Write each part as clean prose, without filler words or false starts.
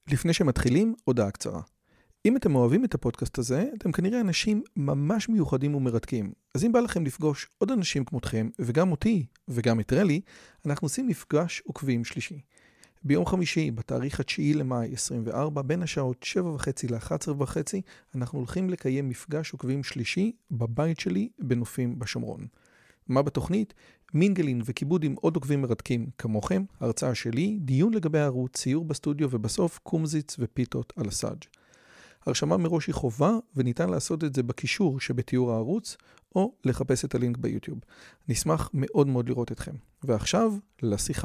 לפני שמתחילים, הודעה קצרה. אם אתם אוהבים את הפודקאסט הזה, אתם כנראה אנשים ממש מיוחדים ומרתקים. אז אם בא לכם לפגוש עוד אנשים כמותכם, וגם אותי, וגם את רלי, אנחנו עושים מפגש עוקבים שלישי. ביום חמישי, בתאריך 9 למאי 24, בין השעות 7:30 ל-11:30, אנחנו הולכים לקיים מפגש עוקבים שלישי בבית שלי בנופים בשומרון. מה בתוכנית? מינגלין וכיבוד עם עוד עוקבים מרתקים כמוכם, הרצאה שלי, דיון לגבי הערוץ, ציור בסטודיו ובסוף קומזיץ ופיתות על הסאג'. הרשמה מראש היא חובה וניתן לעשות את זה בקישור שבתיאור הערוץ או לחפש את הלינק ביוטיוב. נשמח מאוד מאוד לראות אתכם. ועכשיו לשיחה.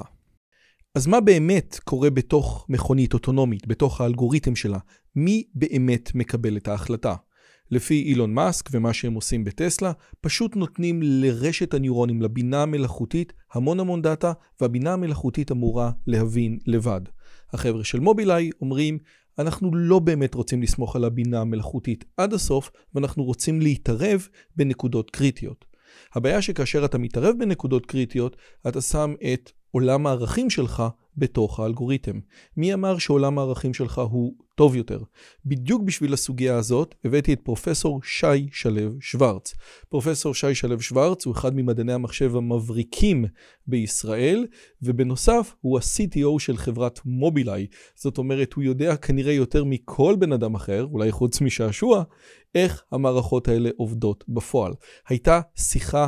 אז מה באמת קורה בתוך מכונית אוטונומית, בתוך האלגוריתם שלה? מי באמת מקבל את ההחלטה? לפי אילון מאסק ומה שהם עושים בטסלה, פשוט נותנים לרשת הניורונים, לבינה המלאכותית, המון דאטה, והבינה המלאכותית אמורה להבין לבד. החבר'ה של מובילאיי אומרים, אנחנו לא באמת רוצים לסמוך על הבינה המלאכותית עד הסוף, ואנחנו רוצים להתערב בנקודות קריטיות. הבעיה שכאשר אתה מתערב בנקודות קריטיות, אתה שם את עולם הערכים שלך בתוך האלגוריתם. מי אמר שעולם הערכים שלך הוא טוב יותר? בדיוק בשביל הסוגיה הזאת הבאתי את פרופסור שי שלו שוורץ. פרופסור שי שלו שוורץ הוא אחד ממדעני המחשב המבריקים בישראל, ובנוסף הוא ה-CTO של חברת מובילאיי. זאת אומרת, הוא יודע כנראה יותר מכל בן אדם אחר, אולי חוץ משעשוע, איך המערכות האלה עובדות בפועל. הייתה שיחה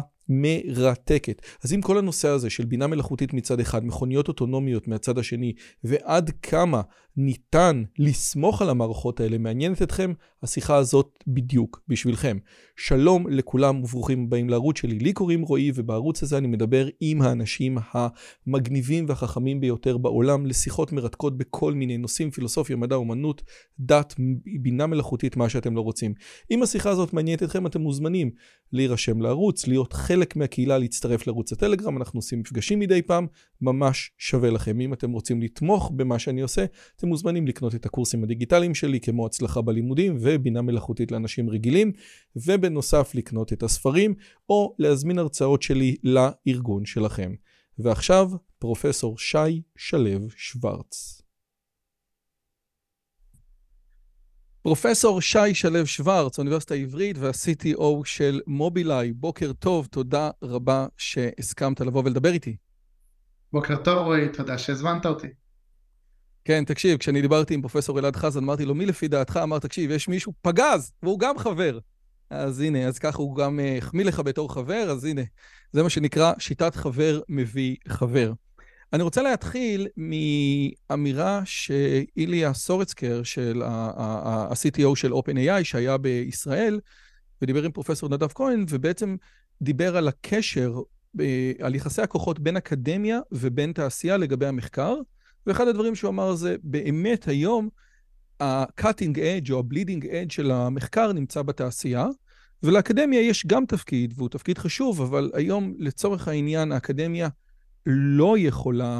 מרתקת. אז אם כל הנושא הזה של בינה מלאכותית מצד אחד, מכוניות אוטונומיות מהצד השני, ועד כמה ניתן לסמוך על המערכות האלה, מעניינת אתכם, השיחה הזאת בדיוק בשבילכם. שלום לכולם וברוכים הבאים לערוץ שלי. לי קוראים רועי, ובערוץ הזה אני מדבר עם האנשים המגניבים והחכמים ביותר בעולם, לשיחות מרתקות בכל מיני נושאים, פילוסופיה, מדע, אומנות, דת, בינה מלאכותית, מה שאתם לא רוצים. אם השיחה הזאת מעניינת אתכם, אתם מוזמנים להירשם לערוץ, להיות חלק מהקהילה, להצטרף לערוץ הטלגרם, אנחנו עושים מפגשים מדי פעם, ממש שווה לכם. אם אתם רוצים לתמוך במה שאני עושה, אתם מוזמנים לקנות את הקורסים הדיגיטליים שלי, כמו הצלחה בלימודים ובינה מלאכותית לאנשים רגילים, ובנוסף לקנות את הספרים, או להזמין הרצאות שלי לארגון שלכם. ועכשיו, פרופסור שי שלו שוורץ. פרופסור שי שלו שוורץ, האוניברסיטה העברית וה-CTO של מובילאיי. בוקר טוב, תודה רבה שהסכמת לבוא ולדבר איתי. בוקר טוב רועי, תודה שהזמנת אותי. כן, תקשיב, כשאני דיברתי עם פרופסור אלעד חזן, אמרתי לו, מי לפי דעתך? אמר, תקשיב, יש מישהו פגז, והוא גם חבר. אז הנה, אז ככה הוא גם החמיא לך בתור חבר, אז הנה, זה מה שנקרא שיטת חבר מביא חבר. אני רוצה להתחיל מאמירה שאיליה סורצקר, של ה-CTO של OpenAI, שהיה בישראל, ודיבר עם פרופסור נדב כהן, ובעצם דיבר על הקשר, על יחסי הכוחות בין אקדמיה ובין תעשייה לגבי המחקר, ואחד הדברים שהוא אמר זה, באמת היום, ה-cutting edge או ה-bleeding edge של המחקר נמצא בתעשייה, ולאקדמיה יש גם תפקיד, והוא תפקיד חשוב, אבל היום לצורך העניין האקדמיה לא יכולה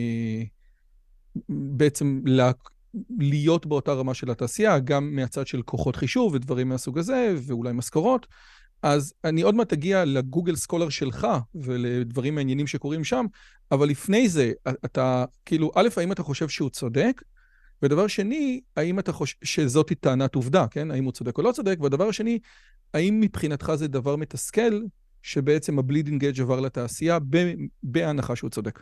בעצם להיות באותה רמה של התעשייה, גם מהצד של כוחות חישוב ודברים מהסוג הזה, ואולי משכורות. אז אני עוד מעט אגיע לגוגל סקולר שלך, ולדברים מעניינים שקורים שם, אבל לפני זה, אתה, כאילו, א', האם אתה חושב שהוא צודק? ודבר שני, האם אתה חושב שזאת טענת עובדה, כן? האם הוא צודק או לא צודק? והדבר השני, האם מבחינתך זה דבר מתסכל, שבעצם הבלידינג אדג' עבר לתעשייה, בהנחה שהוא צודק?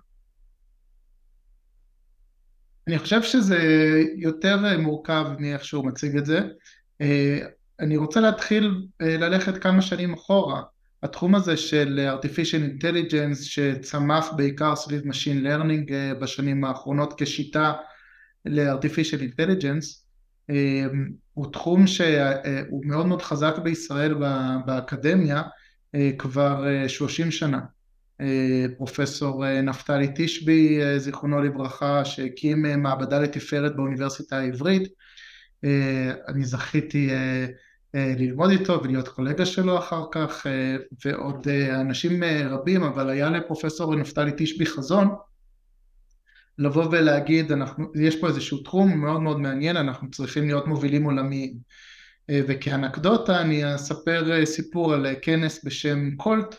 אני חושב שזה יותר מורכב מאיך שהוא מציג את זה. אני רוצה להתחיל ללכת כמה שנים אחורה. התחום הזה של artificial intelligence שצמח בעיקר סביב machine learning בשנים האחרונות כשיטה ל-artificial intelligence, הוא תחום שהוא מאוד מאוד חזק בישראל באקדמיה כבר 30 שנה. פרופסור נפתלי תשבי, זיכרונו לברכה, שהקים מעבדה לתפארת באוניברסיטה העברית. אני זכיתי ללמוד איתו ולהיות קולגה שלו אחר כך, ועוד אנשים רבים, אבל היה לפרופסור נפתלי תשבי חזון, לבוא ולהגיד, יש פה איזשהו תחום מאוד מאוד מעניין, אנחנו צריכים להיות מובילים עולמיים. וכאנקדוטה אני אספר סיפור על כנס בשם קולט,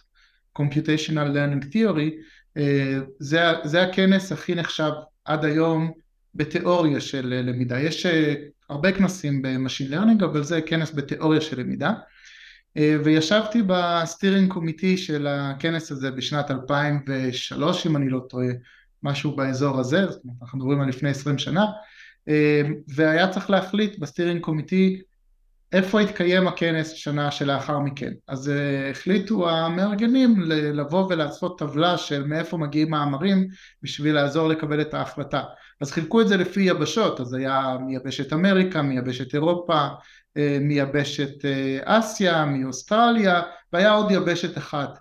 Computational Learning Theory, זה הכנס הכי נחשב עד היום בתיאוריה של למידה. יש הרבה כנסים במשין לרנינג, אבל זה כנס בתיאוריה של למידה. וישבתי בסטירינג קומיטי של הכנס הזה בשנת 2003, אם אני לא טועה, משהו באזור הזה, זאת אומרת, אנחנו מדברים על לפני 20 שנה, והיה צריך להחליט בסטירינג קומיטי איפה התקיים הכנס שנה שלאחר מכן. אז החליטו המארגנים לבוא ולעשות טבלה של מאיפה מגיעים מאמרים בשביל לעזור לקבל את ההחלטה. אז חילקו את זה לפי יבשות, אז היה מיבשת אמריקה, מיבשת אירופה, מיבשת אסיה, מאוסטרליה, והיה עוד יבשת אחת.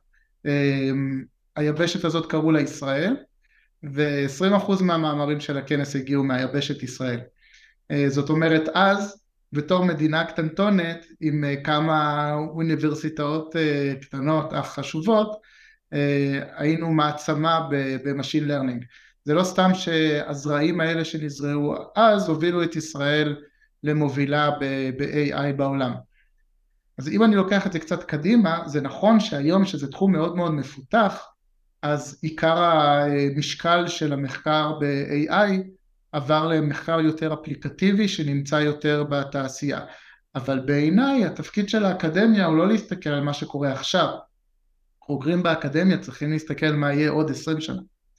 היבשת הזאת קראו לה ישראל, ו20% מהמאמרים של הכנס הגיעו מהיבשת ישראל. זאת אומרת, אז בתור מדינה קטנטונת עם כמה אוניברסיטאות קטנות אך חשובות, היינו מעצמה במשין לרנינג. זה לא סתם שהזרעים האלה שנזרעו אז הובילו את ישראל למובילה ב-AI בעולם. אז אם אני לוקח את זה קצת קדימה, זה נכון שהיום שזה תחום מאוד מאוד מפותח, אז עיקר המשקל של המחקר ב-AI עבר למחקר יותר אפליקטיבי שנמצא יותר בתעשייה. אבל בעיניי התפקיד של האקדמיה הוא לא להסתכל על מה שקורה עכשיו. חוקרים באקדמיה צריכים להסתכל מה יהיה עוד 20 שנה.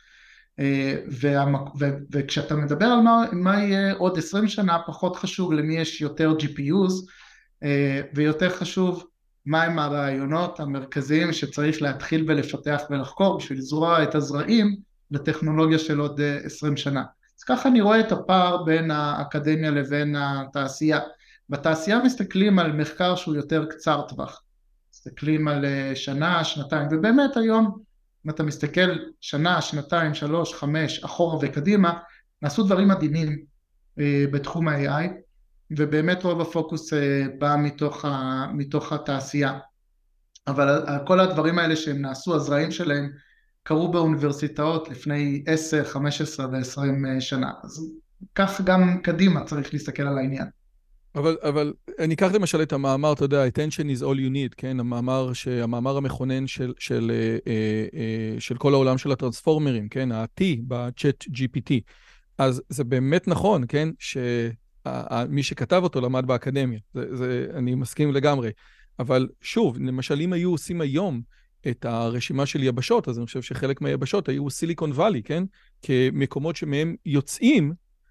וכשאתה מדבר על מה יהיה עוד 20 שנה, פחות חשוב למי יש יותר GPUs, ויותר חשוב מהם הרעיונות המרכזיים שצריך להתחיל ולפתח ולחקור בשביל לזרוע את הזרעים לטכנולוגיה של עוד 20 שנה. אז ככה אני רואה את הפער בין האקדמיה לבין התעשייה. בתעשייה מסתכלים על מחקר שהוא יותר קצר טווח. מסתכלים על שנה, שנתיים, ובאמת היום, אם אתה מסתכל שנה, שנתיים, 3, 5, אחורה וקדימה, נעשו דברים מדהימים בתחום ה-AI, ובאמת רוב הפוקוס בא מתוך התעשייה. אבל כל הדברים האלה שהם נעשו, הזרעים שלהם, קרו באוניברסיטאות לפני 10, 15 ו-20 שנה. אז כך גם קדימה צריך להסתכל על העניין. אבל אני אקח למשל את המאמר, אתה יודע, attention is all you need, כן? המאמר המכונן של כל העולם של הטרנספורמרים, כן? ה-T ב-Chat GPT. אז זה באמת נכון, כן? שמי שכתב אותו למד באקדמיה. אני מסכים לגמרי. אבל שוב, למשל, אם היו עושים היום את הרשימה של יבשות, אז אני חושב שחלק מהיבשות היו סיליקון ואלי, כן? כמקומות שמהם יוצאים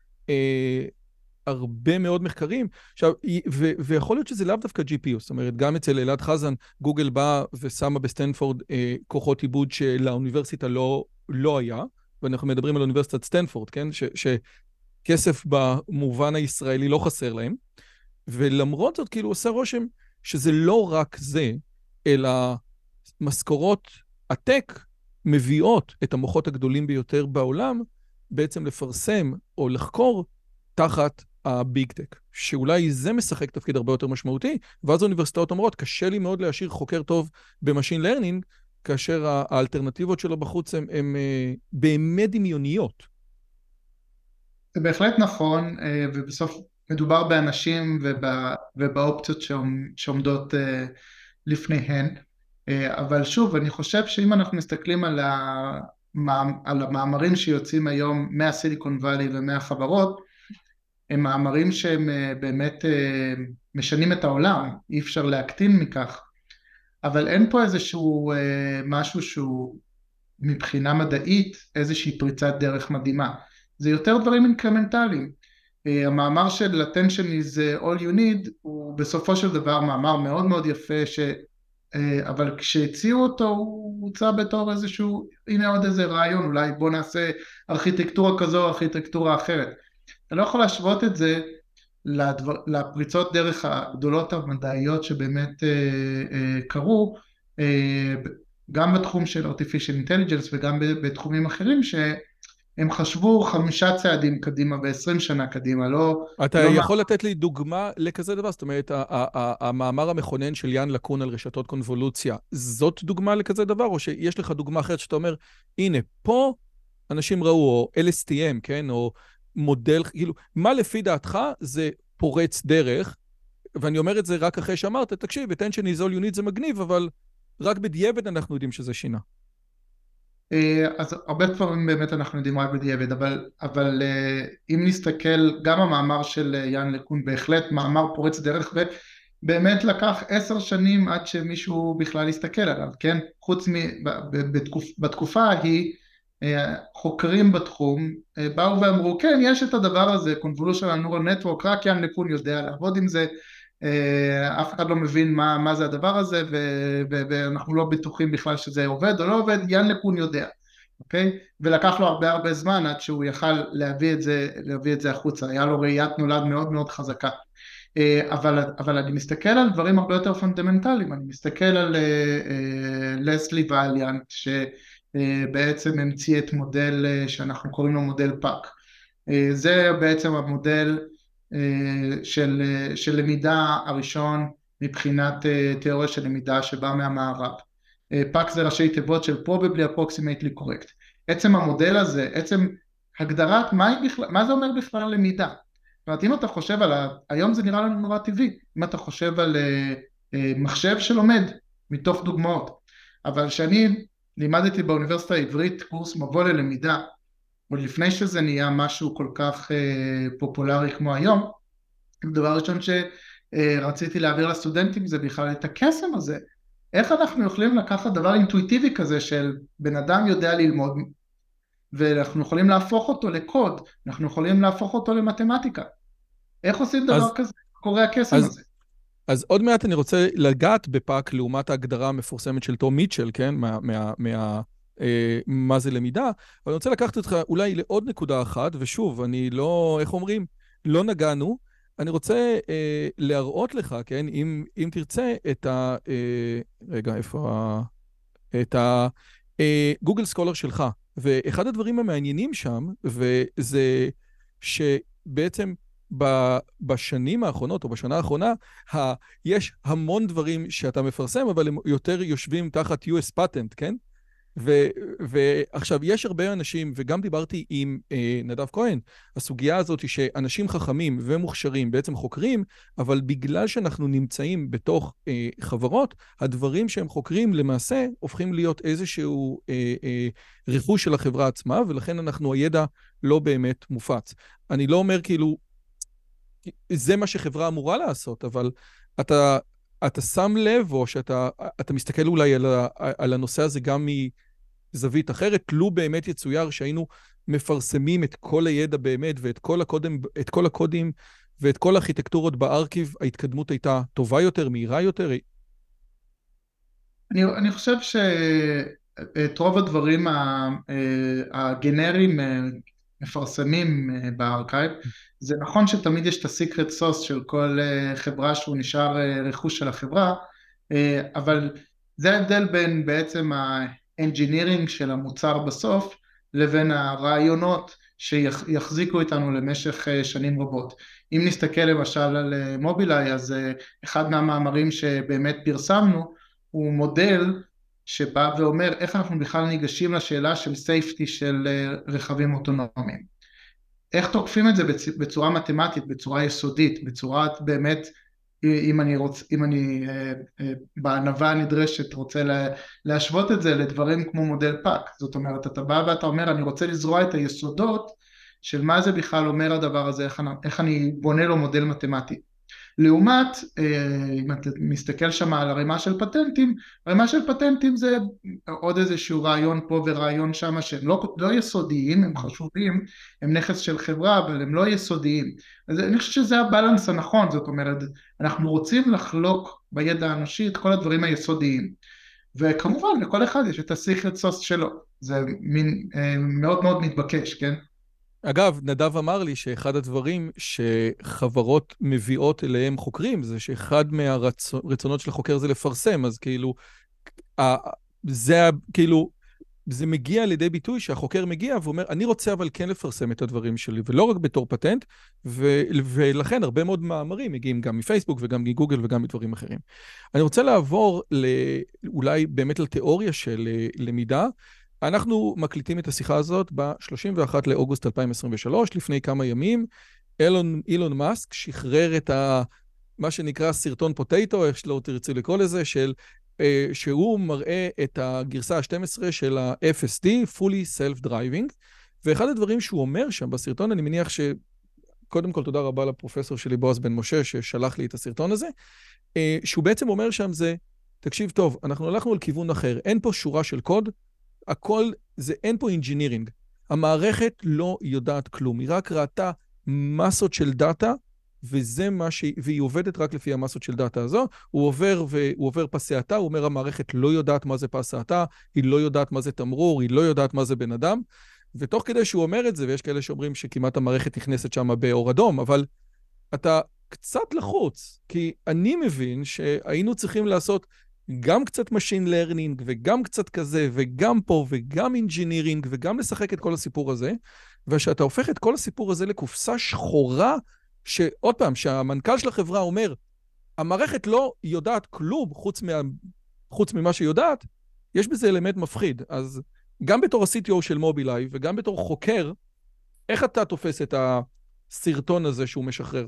הרבה מאוד מחקרים. עכשיו, ויכול להיות שזה לאו דווקא GPU, זאת אומרת, גם אצל אלעד חזן, גוגל בא ושמה בסטנפורד כוחות עיבוד שלאוניברסיטה לא היה, ואנחנו מדברים על אוניברסיטת סטנפורד, כן? שכסף במובן הישראלי לא חסר להם, ולמרות זאת, כאילו, עושה רושם שזה לא רק זה, אלא משכורות הטק מביאות את המוחות הגדולים ביותר בעולם, בעצם לפרסם או לחקור תחת הביג טק, שאולי זה משחק תפקיד הרבה יותר משמעותי, ואז האוניברסיטאות אומרות, קשה לי מאוד להשאיר חוקר טוב במשין לרנינג, כאשר האלטרנטיבות שלו בחוץ הן באמת דמיוניות. זה בהחלט נכון, ובסוף מדובר באנשים ובאופציות שעומדות לפניהן, אבל שוב, אני חושב שאם אנחנו מסתכלים על המאמרים שיוצאים היום מהסיליקון ואלי ומהחברות, הם מאמרים שהם באמת משנים את העולם, אי אפשר להקטין מכך, אבל אין פה איזשהו משהו שהוא מבחינה מדעית איזושהי פריצת דרך מדהימה, זה יותר דברים אינקרמנטליים. המאמר של attention is all you need הוא בסופו של דבר מאמר מאוד מאוד יפה, אבל כשהציעו אותו הוא הוצא בתור איזשהו, הנה עוד איזה רעיון, אולי בוא נעשה ארכיטקטורה כזו או ארכיטקטורה אחרת. אתה לא יכול להשוות את זה לפריצות דרך הגדולות המדעיות שבאמת קרו, גם בתחום של artificial intelligence וגם בתחומים אחרים שהם חשבו 5 צעדים קדימה ו20 שנה קדימה, לא... אתה יכול לתת לי דוגמה לכזה דבר? זאת אומרת, המאמר המכונן של יאן לקון על רשתות קונבולוציה, זאת דוגמה לכזה דבר? או שיש לך דוגמה אחרת שאתה אומר, הנה, פה אנשים ראו, או LSTM, כן? או מודל, כאילו, מה לפי דעתך זה פורץ דרך, ואני אומר את זה רק אחרי שאמרת, תקשיב, attention is all you need זה מגניב, אבל רק בדיעבד אנחנו יודעים שזה שינה. אז הרבה דברים באמת אנחנו יודעים רק בדיעבד, אבל אם נסתכל, גם המאמר של יאן לקון בהחלט מאמר פורץ דרך, ובאמת לקח 10 שנים עד שמישהו בכלל יסתכל עליו, כן? חוץ בתקופה ההיא, חוקרים בתחום באו ואמרו, כן, יש את הדבר הזה, Convolutional Neural Network, רק יאן לקון יודע לעבוד עם זה, אף אחד לא מבין מה זה הדבר הזה, ואנחנו לא בטוחים בכלל שזה עובד או לא עובד, יאן לקון יודע, אוקיי? ולקח לו הרבה זמן עד שהוא יכל להביא את זה החוצה, היה לו ראיית נולד מאוד מאוד חזקה. אבל אני מסתכל על דברים הרבה יותר פונדמנטליים, אני מסתכל על לסלי ואליאנט, שבעצם המציא את מודל שאנחנו קוראים לו מודל פאק. זה בעצם המודל של למידה הראשון מבחינת תיאוריה של למידה שבא מהמערב. פאק זה ראשי תיבות של probably approximately correct. עצם המודל הזה, עצם הגדרת מה זה אומר בכלל למידה. זאת אומרת, אם אתה חושב היום זה נראה לנו נורא טבעי, אם אתה חושב על מחשב שלומד מתוך דוגמאות, אבל שאני לימדתי באוניברסיטה העברית קורס מבוא ללמידה, עוד לפני שזה נהיה משהו כל כך פופולרי כמו היום, הדבר ראשון שרציתי להעביר לסטודנטים זה בכלל את הקסם הזה, איך אנחנו יכולים לקחת דבר אינטואיטיבי כזה של בן אדם יודע ללמוד, ואנחנו יכולים להפוך אותו לקוד, אנחנו יכולים להפוך אותו למתמטיקה. איך עושים דבר כזה? קורה הקסם הזה. אז עוד מעט אני רוצה לגעת בפאק לעומת ההגדרה המפורסמת של תום מיטשל, כן? מה זה למידה, אבל אני רוצה לקחת אותך אולי לעוד נקודה אחת, ושוב, אני לא, איך אומרים? לא נגענו. אני רוצה להראות לך, כן? אם תרצה את רגע, איפה את גוגל סקולר שלך. ואחד הדברים המעניינים שם, וזה שבעצם בשנים האחרונות, או בשנה האחרונה, יש המון דברים שאתה מפרסם, אבל הם יותר יושבים תחת US patent, כן? ועכשיו, יש הרבה אנשים, וגם דיברתי עם נדב כהן, הסוגיה הזאת היא שאנשים חכמים ומוכשרים בעצם חוקרים, אבל בגלל שאנחנו נמצאים בתוך חברות, הדברים שהם חוקרים למעשה הופכים להיות איזשהו רכוש של החברה עצמה, ולכן הידע לא באמת מופץ. אני לא אומר כאילו, זה מה שחברה אמורה לעשות, אבל אתה שם לב, או שאתה מסתכל אולי על הנושא הזה גם מזווית אחרת, לו באמת יצויר שהיינו מפרסמים את כל הידע באמת, ואת כל הקודים, ואת כל הארכיטקטורות בארכיב, ההתקדמות הייתה טובה יותר, מהירה יותר? אני חושב שאת רוב הדברים הגנריים מפרסמים בארכייב, זה נכון שתמיד יש את הסיקרט סוס של כל חברה שהוא נשאר רכוש של החברה, אבל זה ההבדל בין בעצם האנג'ינירינג של המוצר בסוף, לבין הרעיונות שיחזיקו איתנו למשך שנים רבות. אם נסתכל למשל על מובילאיי, אז אחד מהמאמרים שבאמת פרסמנו, הוא מודל שבא ואומר איך אנחנו בכלל ניגשים לשאלה של סייפטי של רכבים אוטונומיים. איך תוקפים את זה בצורה מתמטית, בצורה יסודית, בצורה באמת, אם אני בענווה הנדרשת רוצה להשוות את זה לדברים כמו מודל פאק. זאת אומרת, אתה בא ואתה אומר, אני רוצה לזרוע את היסודות של מה זה בכלל אומר הדבר הזה, איך אני בונה לו מודל מתמטי. לעומת, אם אתה מסתכל שם על ערימה של פטנטים, ערימה של פטנטים זה עוד איזשהו רעיון פה ורעיון שם שהם לא יסודיים, הם חשובים, הם נכס של חברה, אבל הם לא יסודיים. אז אני חושב שזה הבלנס הנכון, זאת אומרת, אנחנו רוצים לחלוק בידע האנושי את כל הדברים היסודיים. וכמובן, לכל אחד יש את הסיקרט סוס שלו, זה מין מאוד מאוד מתבקש, כן? אגב, נדב אמר לי שאחד הדברים שחברות מביאות אליהם חוקרים, זה שאחד מהרצונות של החוקר זה לפרסם, אז כאילו, זה מגיע לידי ביטוי שהחוקר מגיע ואומר, אני רוצה אבל כן לפרסם את הדברים שלי, ולא רק בתור פטנט, ולכן הרבה מאוד מאמרים מגיעים גם מפייסבוק וגם מגוגל וגם מדברים אחרים. אני רוצה לעבור אולי באמת לתיאוריה של למידה. אנחנו מקליטים את השיחה הזאת ב-31 לאוגוסט 2023, לפני כמה ימים. אילון מאסק שחרר את מה שנקרא סרטון פוטטו, איך שלא תרצו לקרוא לזה, של שהוא מראה את הגרסה ה-12 של ה-FSD, Fully Self-Driving, ואחד הדברים שהוא אומר שם בסרטון, אני מניח שקודם כל תודה רבה לפרופסור שלי בועז בן משה, ששלח לי את הסרטון הזה, שהוא בעצם אומר שם זה, תקשיב טוב, אנחנו הלכנו על כיוון אחר, אין פה שורה של קוד, הכל זה, אין פה engineering. המערכת לא יודעת כלום, היא רק ראתה מסות של דאטה, והיא עובדת רק לפי המסות של דאטה הזו, הוא עובר פס האטה, הוא אומר המערכת לא יודעת מה זה פס האטה, היא לא יודעת מה זה תמרור, היא לא יודעת מה זה בן אדם, ותוך כדי שהוא אומר את זה, ויש כאלה שאומרים שכמעט המערכת נכנסת שם באור אדום, אבל אתה קצת לחוץ, כי אני מבין שהיינו צריכים לעשות גם קצת machine learning, וגם קצת כזה, וגם פה, וגם engineering, וגם לשחק את כל הסיפור הזה, ושאתה הופך את כל הסיפור הזה לקופסה שחורה, שעוד פעם, שהמנכ"ל של החברה אומר, המערכת לא יודעת כלום חוץ ממה שיודעת, יש בזה אלמנט מפחיד. אז גם בתור ה-CTO של מובילאיי, וגם בתור חוקר, איך אתה תופס את הסרטון הזה שהוא משחרר?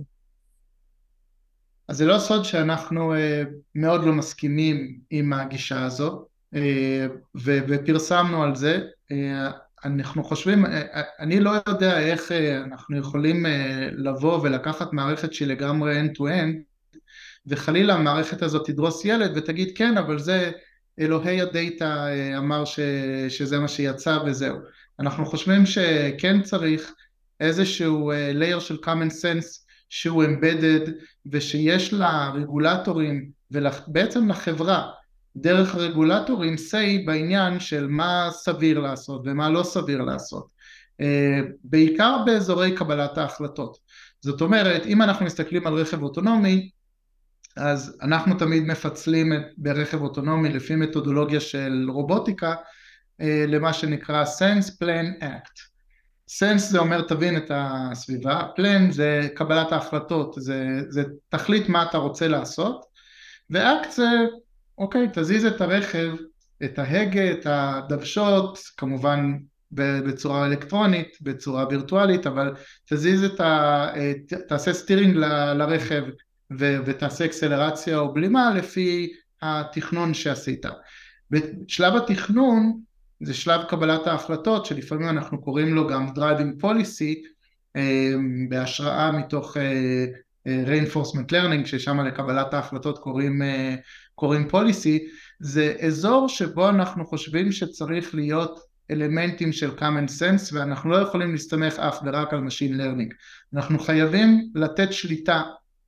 אז זה לא סוד שאנחנו מאוד לא מסכימים עם הגישה הזו, ופרסמנו על זה. אנחנו חושבים, אני לא יודע איך אנחנו יכולים לבוא ולקחת מערכת שהיא לגמרי end-to-end, וחלילה המערכת הזאת תדרוס ילד ותגיד כן, אבל זה אלוהי הדאטה אמר שזה מה שיצא וזהו. אנחנו חושבים שכן צריך איזשהו layer של common sense שהוא embedded, ושיש לרגולטורים ובעצם לחברה דרך הרגולטורים say בעניין של מה סביר לעשות ומה לא סביר לעשות, בעיקר באזורי קבלת ההחלטות. זאת אומרת, אם אנחנו מסתכלים על רכב אוטונומי, אז אנחנו תמיד מפצלים ברכב אוטונומי לפי מתודולוגיה של רובוטיקה למה שנקרא Sense Plan Act. Sense זה אומר תבין את הסביבה, Plan זה קבלת ההחלטות, זה תחליט מה אתה רוצה לעשות, ו-Act זה אוקיי, תזיז את הרכב, את ההגה, את הדוושות, כמובן בצורה אלקטרונית, בצורה וירטואלית, אבל תזיז תעשה סטירינג לרכב, ותעשה אקסלרציה או בלימה לפי התכנון שעשית. בשלב התכנון, זה שלב קבלת ההחלטות, שלפעמים אנחנו קוראים לו גם driving policy, בהשראה מתוך reinforcement learning, ששם לקבלת ההחלטות קוראים policy, זה אזור שבו אנחנו חושבים שצריך להיות אלמנטים של common sense, ואנחנו לא יכולים להסתמך אף ורק על machine learning. אנחנו חייבים לתת שליטה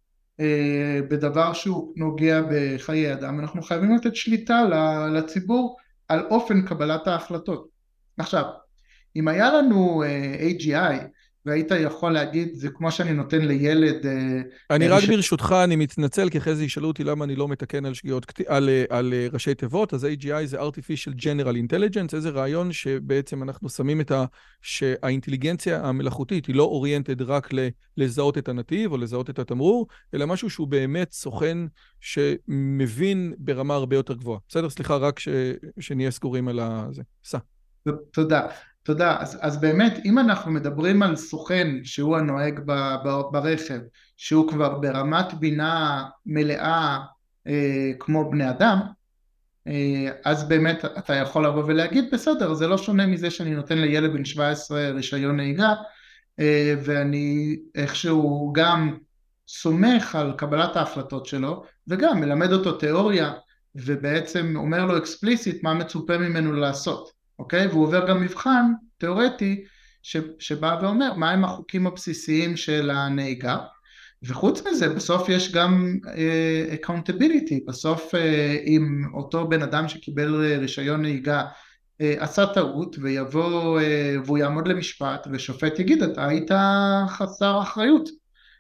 בדבר שהוא נוגע בחיי אדם, אנחנו חייבים לתת שליטה לציבור על אופן קבלת ההחלטות. עכשיו, אם היה לנו AGI, והיית יכול להגיד, זה כמו שאני נותן לילד... אני רק ברשותך, אני מתנצל, כי אחרי זה ישאלו אותי למה אני לא מתקן על שגיאות, על ראשי תיבות, אז AGI זה Artificial General Intelligence, איזה רעיון שבעצם אנחנו שמים שהאינטליגנציה המלאכותית היא לא אוריינטד רק לזהות את הנתיב או לזהות את התמרור, אלא משהו שהוא באמת סוכן שמבין ברמה הרבה יותר גבוהה. בסדר? סליחה, רק שנהיה סגורים על זה. סע. תודה. תודה. אז באמת, אם אנחנו מדברים על סוכן שהוא הנוהג ברכב, שהוא כבר ברמת בינה מלאה כמו בני אדם, אז באמת אתה יכול לבוא ולהגיד, בסדר, זה לא שונה מזה שאני נותן לילד בן 17 רישיון נהיגה, ואני איכשהו גם סומך על קבלת ההחלטות שלו, וגם מלמד אותו תיאוריה, ובעצם אומר לו אקספליסית מה מצופה ממנו לעשות. אוקיי? והוא עובר גם מבחן תיאורטי שבא ואומר מהם החוקים הבסיסיים של הנהיגה, וחוץ מזה בסוף יש גם accountability, בסוף אם אותו בן אדם שקיבל רישיון נהיגה עשה טעות ויבוא והוא יעמוד למשפט ושופט יגיד אתה היית חסר אחריות,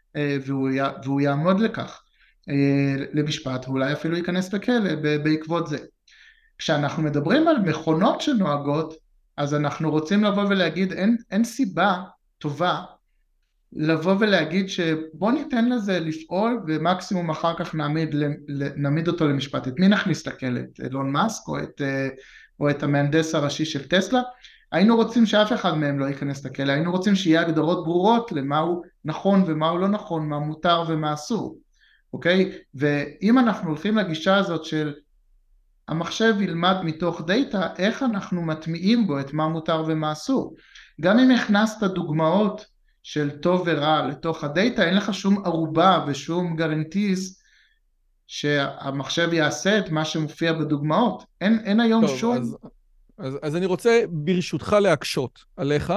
והוא יעמוד לכך למשפט ואולי אפילו ייכנס לכלא בעקבות זה. כשאנחנו מדברים על מכונות שנוהגות, אז אנחנו רוצים לבוא ולהגיד, אין סיבה טובה לבוא ולהגיד שבוא ניתן לזה לפעול, ומקסימום אחר כך נעמיד אותו למשפט. את מי נכניס לכלא? את אילון מאסק או את המהנדס הראשי של טסלה? היינו רוצים שאף אחד מהם לא ייכנס לכלא, היינו רוצים שיהיה הגדרות ברורות למהו נכון ומהו לא נכון, מה מותר ומה אסור. אוקיי? ואם אנחנו הולכים לגישה הזאת של המחשב ילמד מתוך דאטה איך אנחנו מטמיעים בו את מה מותר ומה אסור. גם אם הכנסת דוגמאות של טוב ורע לתוך הדאטה, אין לך שום ערובה ושום גרנטיז שהמחשב יעשה את מה שמופיע בדוגמאות. אין היום טוב, שום... אז אני רוצה ברשותך להקשות עליך,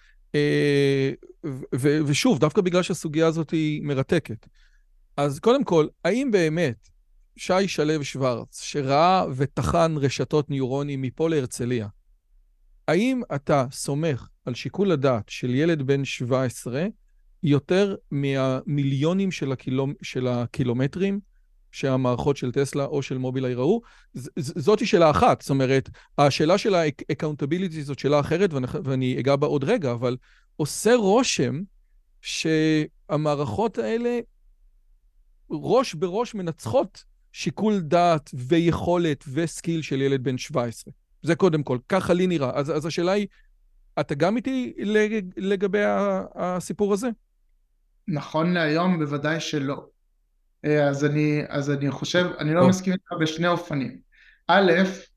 ושוב, דווקא בגלל שהסוגיה הזאת היא מרתקת. אז קודם כל, האם באמת שי שלו שוורץ, שראה ותחן רשתות ניורונים מפה להרצליה, האם אתה סומך על שיקול הדעת של ילד בן 17 יותר מהמיליונים של הקילומטרים שהמערכות של טסלה או של מובילאיי ראו? זאתי שאלה אחת, זאת אומרת, השאלה של ה-accountability זאת שאלה אחרת, ואני אגע בה עוד רגע, אבל עושה רושם שהמערכות האלה ראש בראש מנצחות שיקול דעת ויכולת וסקיל של ילד בן 17. זה קודם כל, ככה לי נראה. אז השאלה היא, אתה גם איתי לגבי הסיפור הזה? נכון להיום בוודאי שלא. אז אני חושב, אני לא מסכים איתך בשני אופנים. א',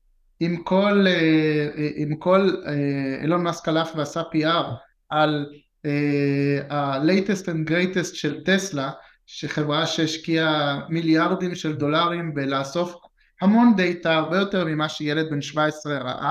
עם כל אילון מאסק הלך ועשה PR על ה-latest and greatest של טסלה, שחברה שהשקיעה מיליארדים של דולרים בלאסוף המון דאטה, הרבה יותר ממה שילד בן 17 ראה,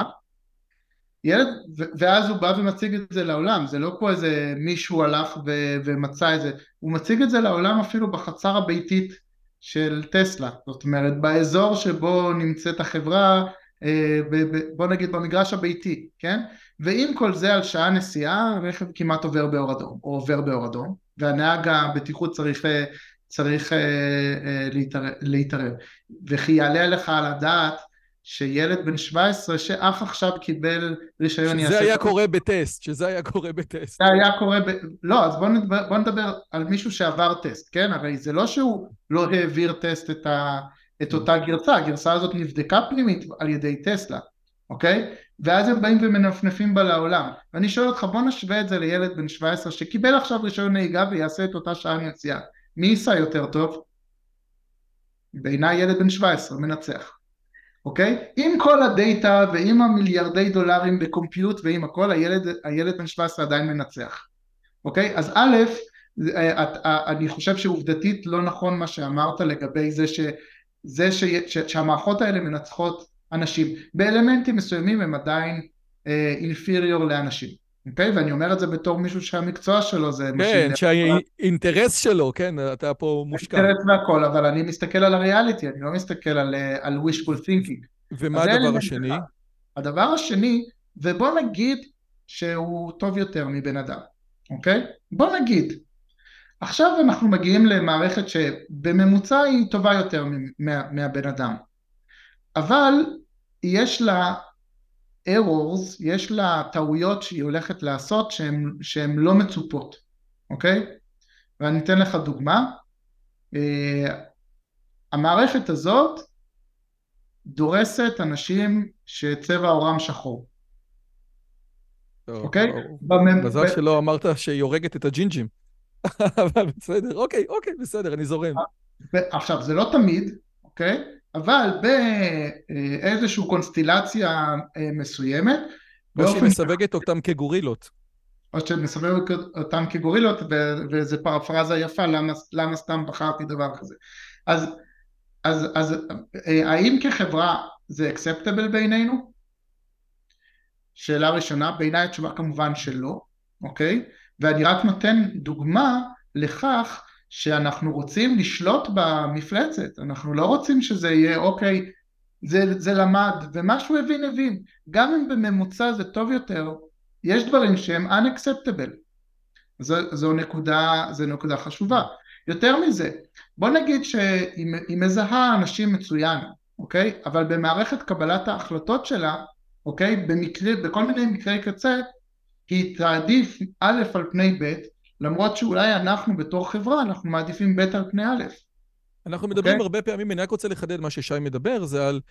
ואז הוא בא ומציג את זה לעולם. זה לא פה איזה מישהו הלך ומצא את זה, הוא מציג את זה לעולם אפילו בחצר הביתית של טסלה, זאת אומרת באזור שבו נמצאת החברה, בוא נגיד במגרש הביתי, כן? ועם כל זה על שעה נסיעה, הרכב כמעט עובר באור אדום, או עובר באור אדום, והנהג הבטיחות צריך להתערב. וכי יעלה לך על הדעת שילד בן 17 שאך עכשיו קיבל רישיון שזה היה קורה בטסט, שזה היה קורה בטסט. זה היה קורה לא, אז בוא נדבר על מישהו שעבר טסט, כן? הרי זה לא שהוא לא העביר טסט את אותה גרסה, הגרסה הזאת נבדקה פנימית על ידי טסלה, אוקיי? ואז הם באים ומנפנפים בה לעולם. ואני שואל אותך, בוא נשווה את זה לילד בן 17 שקיבל עכשיו רישיון נהיגה ויעשה את אותה שעה נסיעה. מי ייסע יותר טוב? בעיניי ילד בן 17 מנצח. אוקיי? עם כל הדאטה ועם המיליארדי דולרים בקומפיוט ועם הכל, הילד בן 17 עדיין מנצח. אוקיי? אז א', אני חושב שעובדתית לא נכון מה שאמרת לגבי זה שהמערכות האלה מנצחות אנשים. באלמנטים מסוימים הם עדיין אינפיריור לאנשים. אוקיי? ואני אומר את זה בתור מישהו שהמקצוע שלו זה... כן, שהאינטרס שלו, כן, אתה פה מושקע. אינטרס והכל, אבל אני מסתכל על הריאליטי, אני לא מסתכל על wishful thinking. ומה הדבר השני? הדבר השני, ובוא נגיד שהוא טוב יותר מבן אדם, אוקיי? בוא נגיד. עכשיו אנחנו מגיעים למערכת שבממוצע היא טובה יותר מהבן אדם, אבל יש לה errors, יש לה טעויות שהיא הולכת לעשות שהן לא מצופות, אוקיי? ואני אתן לך דוגמה. המערכת הזאת דורסת אנשים שצבע עורם שחור. אוקיי? מזל שלא אמרת שהיא הורגת את הג'ינג'ים. אבל בסדר, אוקיי, בסדר, אני זורם. עכשיו, זה לא תמיד, אוקיי? אבל באיזושהי קונסטלציה מסוימת, או שהיא מסווגת אותם כגורילות. או שמסווגת אותם כגורילות, וזו פרפרזה יפה, למה סתם בחרתי דבר כזה. אז האם כחברה זה acceptable בעינינו? שאלה ראשונה, בעיניי התשובה כמובן שלא, אוקיי? ואני רק נותן דוגמה לכך שאנחנו רוצים לשלוט במפלצת, אנחנו לא רוצים שזה יהיה, אוקיי, זה למד, ומשהו הבין, גם אם בממוצע זה טוב יותר, יש דברים שהם unacceptable, זו נקודה חשובה. יותר מזה, בוא נגיד שהיא מזהה אנשים מצוין, אוקיי? אבל במערכת קבלת ההחלטות שלה, אוקיי? בכל מיני מקרי קצה, היא תעדיף א' על פני ב', למרות שאולי אנחנו בתור חברה, אנחנו מעדיפים ב' על פני א'. אנחנו מדברים הרבה פעמים, אני רק רוצה לחדד מה ששי מדבר, זה על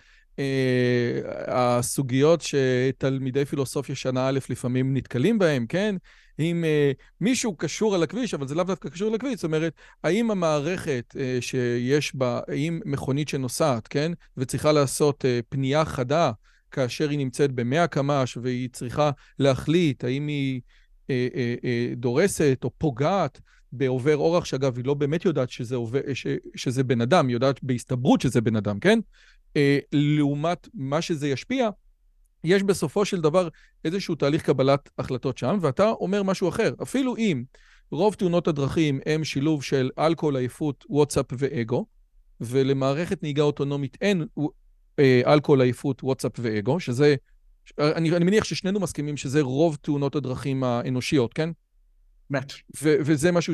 הסוגיות שתלמידי פילוסופיה שנה א' לפעמים נתקלים בהם, כן? אם מישהו קשור על הכביש, אבל זה לאו דווקא קשור לכביש, זאת אומרת, האם המערכת שיש בה, האם מכונית שנוסעת, כן, וצריכה לעשות פנייה חדה, כאשר היא נמצאת ב-100 קמ"ש, והיא צריכה להחליט האם היא דורסת או פוגעת בעובר אורח, שאגב, היא לא באמת יודעת שזה בן אדם, היא יודעת בהסתברות שזה בן אדם, כן? לעומת מה שזה ישפיע, יש בסופו של דבר איזשהו תהליך קבלת החלטות שם, ואתה אומר משהו אחר. אפילו אם רוב תאונות הדרכים הם שילוב של אלכוהול, עייפות, וואטסאפ ואגו, ולמערכת נהיגה אוטונומית אין אלכוהול, עייפות, וואטסאפ ואגו, שזה, אני מניח ששנינו מסכימים שזה רוב תאונות הדרכים האנושיות, כן? באמת. וזה משהו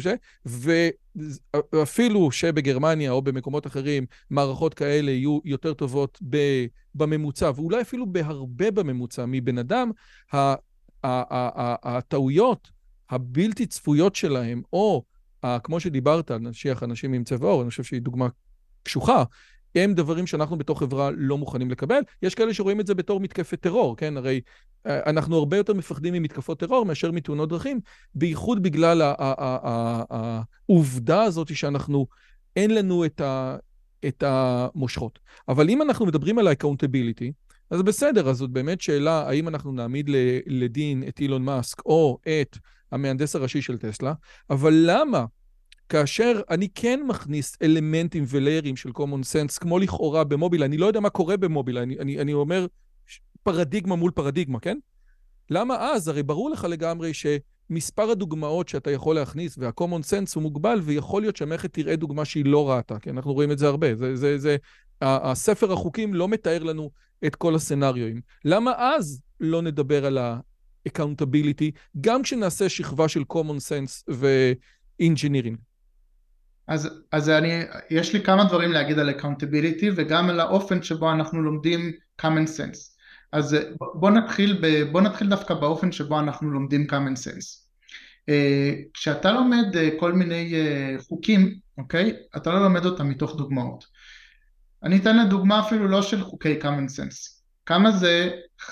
ואפילו שבגרמניה או במקומות אחרים מערכות כאלה יהיו יותר טובות בממוצע, ואולי אפילו בהרבה בממוצע מבן אדם, הטעויות הבלתי צפויות שלהם, או כמו שדיברת, אנשים עם צבע עור, אני חושב שהיא דוגמה קשוחה, הם דברים שאנחנו בתוך חברה לא מוכנים לקבל. יש כאלה שרואים את זה בתור מתקפת טרור, כן? הרי אנחנו הרבה יותר מפחדים ממתקפות טרור מאשר מתאונות דרכים, בייחוד בגלל העובדה הזאת שאנחנו, אין לנו את המושכות. אבל אם אנחנו מדברים על ה-accountability, אז בסדר, אז זאת באמת שאלה, האם אנחנו נעמיד לדין את אילון מאסק או את המהנדס הראשי של טסלה, אבל למה? כאשר אני כן מכניס אלמנטים וליירים של common sense, כמו לכאורה במובילה, אני לא יודע מה קורה במובילה, אני אומר פרדיגמה מול פרדיגמה, כן? למה אז? הרי ברור לך לגמרי שמספר הדוגמאות שאתה יכול להכניס, וה-common sense הוא מוגבל, ויכול להיות שהמערכת תראה דוגמה שהיא לא ראתה, כי אנחנו רואים את זה הרבה. הספר החוקים לא מתאר לנו את כל הסצנריואים. למה אז לא נדבר על ה-accountability, גם כשנעשה שכבה של common sense ו-engineering? אז יש לי כמה דברים להגיד על accountability וגם על האופן שבו אנחנו לומדים common sense. אז בוא נתחיל דווקא באופן שבו אנחנו לומדים common sense. כשאתה לומד כל מיני חוקים, אוקיי? אתה לא לומד אותם מתוך דוגמאות. אני אתן לדוגמה אפילו לא של חוקי common sense. כמה זה